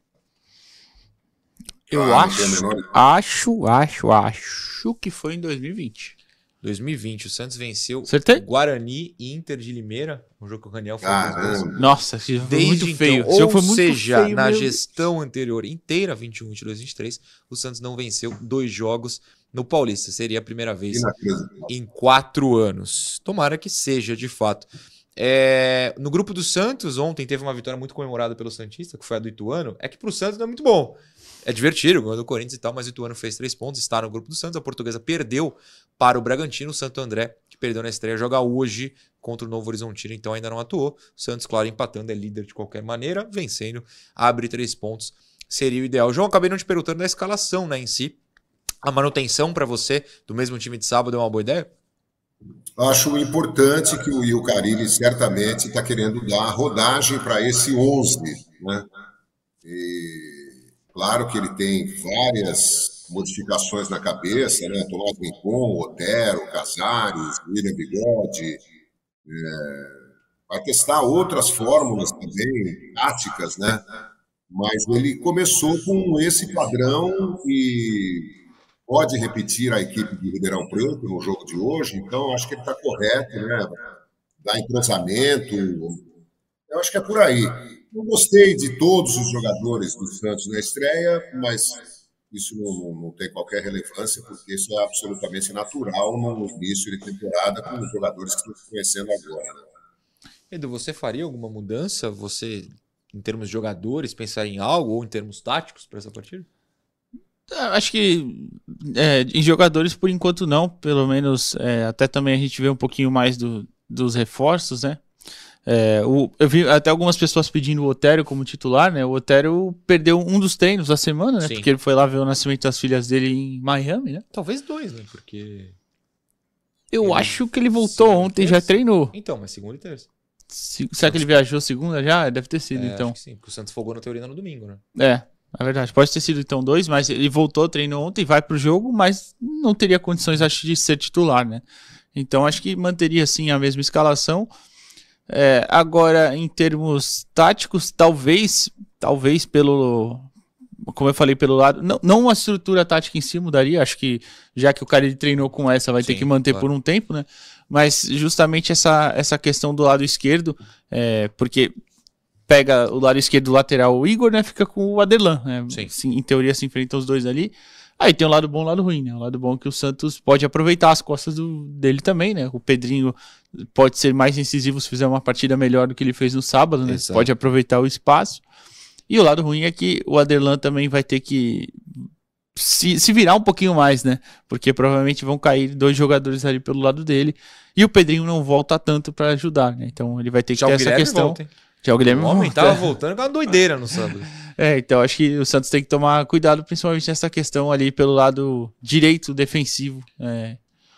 Speaker 4: Eu
Speaker 3: Ah,
Speaker 4: acho,
Speaker 3: menor...
Speaker 4: acho, acho, acho que foi em dois mil e vinte.
Speaker 2: dois mil e vinte, o Santos venceu
Speaker 4: Acertei?
Speaker 2: Guarani e Inter de Limeira, um jogo que o Raniel foi
Speaker 3: Caramba.
Speaker 4: Nossa, esse jogo foi
Speaker 2: desde
Speaker 4: muito
Speaker 2: então,
Speaker 4: feio. Esse
Speaker 2: ou
Speaker 4: jogo foi muito
Speaker 2: seja,
Speaker 4: feio,
Speaker 2: na
Speaker 4: meu
Speaker 2: gestão anterior inteira, vinte e um, vinte e dois, vinte e três, o Santos não venceu dois jogos no Paulista. Seria a primeira vez em quatro anos. Tomara que seja, de fato. É, no grupo do Santos, ontem teve uma vitória muito comemorada pelo Santista, que foi a do Ituano. É que pro Santos não é muito bom. É divertido, ganhou do Corinthians e tal, mas o Ituano fez três pontos, está no grupo do Santos. A Portuguesa perdeu para o Bragantino, o Santo André, que perdeu na estreia, joga hoje contra o Novo Horizontino, então ainda não atuou. O Santos, claro, empatando, é líder de qualquer maneira, vencendo, abre três pontos, seria o ideal. João, acabei não te perguntando da escalação, né, em si. A manutenção para você do mesmo time de sábado é uma boa ideia?
Speaker 3: Acho importante que o Will Carille certamente está querendo dar rodagem para esse onze, né? E claro que ele tem várias modificações na cabeça, né? Tomás Rincon, Otero, Casares, William Bigode. É... Vai testar outras fórmulas também, táticas, né? Mas ele começou com esse padrão e pode repetir a equipe de Ribeirão Preto no jogo de hoje, então acho que ele está correto, né? Dá entrosamento, eu acho que é por aí. Não gostei de todos os jogadores do Santos na estreia, mas isso não, não, não tem qualquer relevância, porque isso é absolutamente natural no início de temporada com os jogadores que estão se conhecendo agora. Né?
Speaker 2: Edu, você faria alguma mudança? Você, em termos de jogadores, pensaria em algo ou em termos táticos para essa partida?
Speaker 4: Acho que é, em jogadores, por enquanto, não. Pelo menos, é, até também a gente vê um pouquinho mais do, dos reforços, né? É, o, eu vi até algumas pessoas pedindo o Otero como titular, né? O Otero perdeu um dos treinos da semana, né? Sim. Porque ele foi lá ver o nascimento das filhas dele em Miami, né?
Speaker 2: Talvez dois, né? Porque...
Speaker 4: Eu ele... acho que ele voltou segunda ontem e já treinou.
Speaker 2: Então, mas segunda e terça.
Speaker 4: Se, será que ele viajou segunda já? Deve ter sido,
Speaker 2: é,
Speaker 4: então.
Speaker 2: Acho que sim, porque o Santos folgou na teoria no domingo, né?
Speaker 4: É. É verdade, pode ter sido então dois, mas ele voltou, treinou ontem, vai pro jogo, mas não teria condições, acho, de ser titular, né? Então acho que manteria sim a mesma escalação. É, agora, em termos táticos, talvez, talvez pelo, como eu falei, pelo lado, não, não a estrutura tática em si mudaria, acho que já que o cara ele treinou com essa, vai sim, ter que manter claro. por um tempo, né? Mas justamente essa, essa questão do lado esquerdo, é, porque pega o lado esquerdo lateral, o Igor, né, fica com o Aderlan, né?
Speaker 2: Sim.
Speaker 4: Sim, em teoria se enfrentam os dois ali. Aí tem o lado bom e o lado ruim, né? O lado bom é que o Santos pode aproveitar as costas do, dele também, né? O Pedrinho pode ser mais incisivo se fizer uma partida melhor do que ele fez no sábado, né?
Speaker 2: Exato.
Speaker 4: Pode aproveitar o espaço. E o lado ruim é que o Aderlan também vai ter que se, se virar um pouquinho mais, né? Porque provavelmente vão cair dois jogadores ali pelo lado dele. E o Pedrinho não volta tanto para ajudar, né? Então ele vai ter que
Speaker 2: Já
Speaker 4: ter
Speaker 2: o
Speaker 4: essa
Speaker 2: Guilherme
Speaker 4: questão.
Speaker 2: volta, hein?
Speaker 4: Já o Guilherme
Speaker 2: O homem
Speaker 4: volta.
Speaker 2: tava voltando com uma doideira no sábado.
Speaker 4: É, então acho que o Santos tem que tomar cuidado, principalmente nessa questão ali pelo lado direito defensivo, é,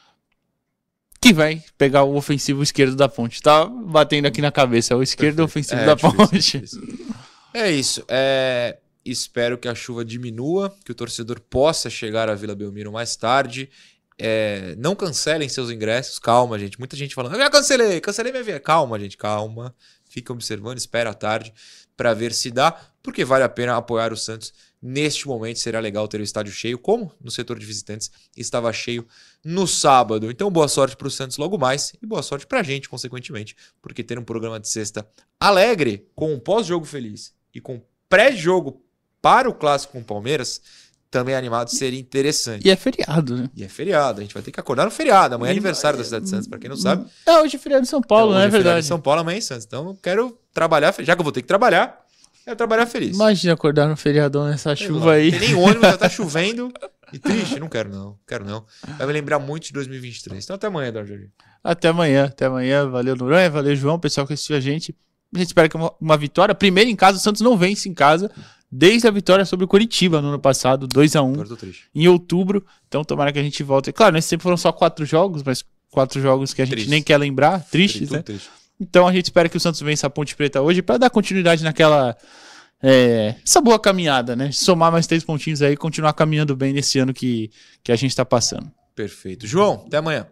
Speaker 4: que vai pegar o ofensivo esquerdo da Ponte. Tá batendo aqui na cabeça, é o esquerdo
Speaker 2: Perfeito.
Speaker 4: ofensivo
Speaker 2: É,
Speaker 4: da
Speaker 2: difícil,
Speaker 4: Ponte.
Speaker 2: difícil. É isso. É, espero que a chuva diminua, que o torcedor possa chegar à Vila Belmiro mais tarde. É, não cancelem seus ingressos, calma, gente. Muita gente falando, eu já cancelei, cancelei minha via. Calma, gente, calma. Fica observando, espera a tarde para ver se dá, porque vale a pena apoiar o Santos neste momento. Será legal ter o estádio cheio, como no setor de visitantes estava cheio no sábado. Então, boa sorte para o Santos logo mais e boa sorte para a gente, consequentemente, porque ter um programa de sexta alegre, com um pós-jogo feliz e com pré-jogo para o clássico com o Palmeiras, também animado, seria interessante.
Speaker 4: E é feriado, né?
Speaker 2: E é feriado, a gente vai ter que acordar no feriado. Amanhã é aniversário da cidade de Santos, para quem não sabe.
Speaker 4: É hoje é feriado de São Paulo,
Speaker 2: Então,
Speaker 4: né? É
Speaker 2: hoje feriado
Speaker 4: verdade.
Speaker 2: em São Paulo, amanhã em Santos. Então, eu quero trabalhar, já que eu vou ter que trabalhar, quero trabalhar feliz.
Speaker 4: Imagina acordar no feriadão nessa
Speaker 2: Sei
Speaker 4: chuva
Speaker 2: lá,
Speaker 4: aí.
Speaker 2: Tem nem ônibus, já tá chovendo. E triste, não quero não, quero não. Vai me lembrar muito de dois mil e vinte e três. Então até amanhã, Eduardo Jardim.
Speaker 4: Até amanhã, até amanhã. Valeu, Noronha, valeu, João, pessoal que assistiu a gente. A gente espera que uma, uma vitória. Primeiro em casa, o Santos não vence em casa desde a vitória sobre o Curitiba no ano passado, dois a um,
Speaker 2: Agora tô triste.
Speaker 4: em outubro. Então tomara que a gente volte. Claro, nesse tempo foram só quatro jogos, mas quatro jogos que a gente
Speaker 2: Triste.
Speaker 4: nem quer lembrar, tristes,
Speaker 2: Tudo
Speaker 4: né?
Speaker 2: triste.
Speaker 4: Então a gente espera que o Santos vença a Ponte Preta hoje para dar continuidade naquela é, essa boa caminhada, né? Somar mais três pontinhos aí e continuar caminhando bem nesse ano que, que a gente está passando.
Speaker 2: Perfeito. João, até amanhã.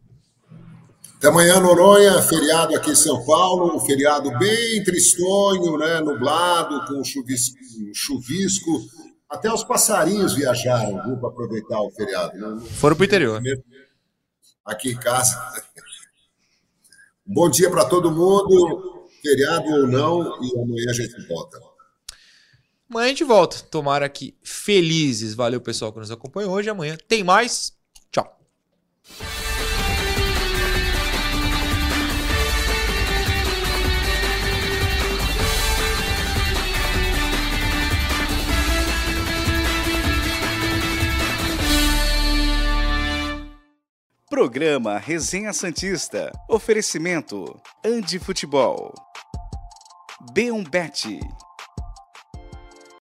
Speaker 3: Até amanhã, Noronha, feriado aqui em São Paulo, um feriado bem tristonho, né? Nublado, com chuvisco, chuvisco. Até os passarinhos viajaram para aproveitar o feriado. Né?
Speaker 2: Foram pro interior.
Speaker 3: Aqui em casa. Bom dia para todo mundo, feriado ou não, e amanhã a gente volta.
Speaker 2: Amanhã a gente volta. Tomara que felizes. Valeu, pessoal, que nos acompanhou hoje. Amanhã tem mais. Tchau.
Speaker 1: Programa Resenha Santista. Oferecimento Andi Futebol. B um Bet.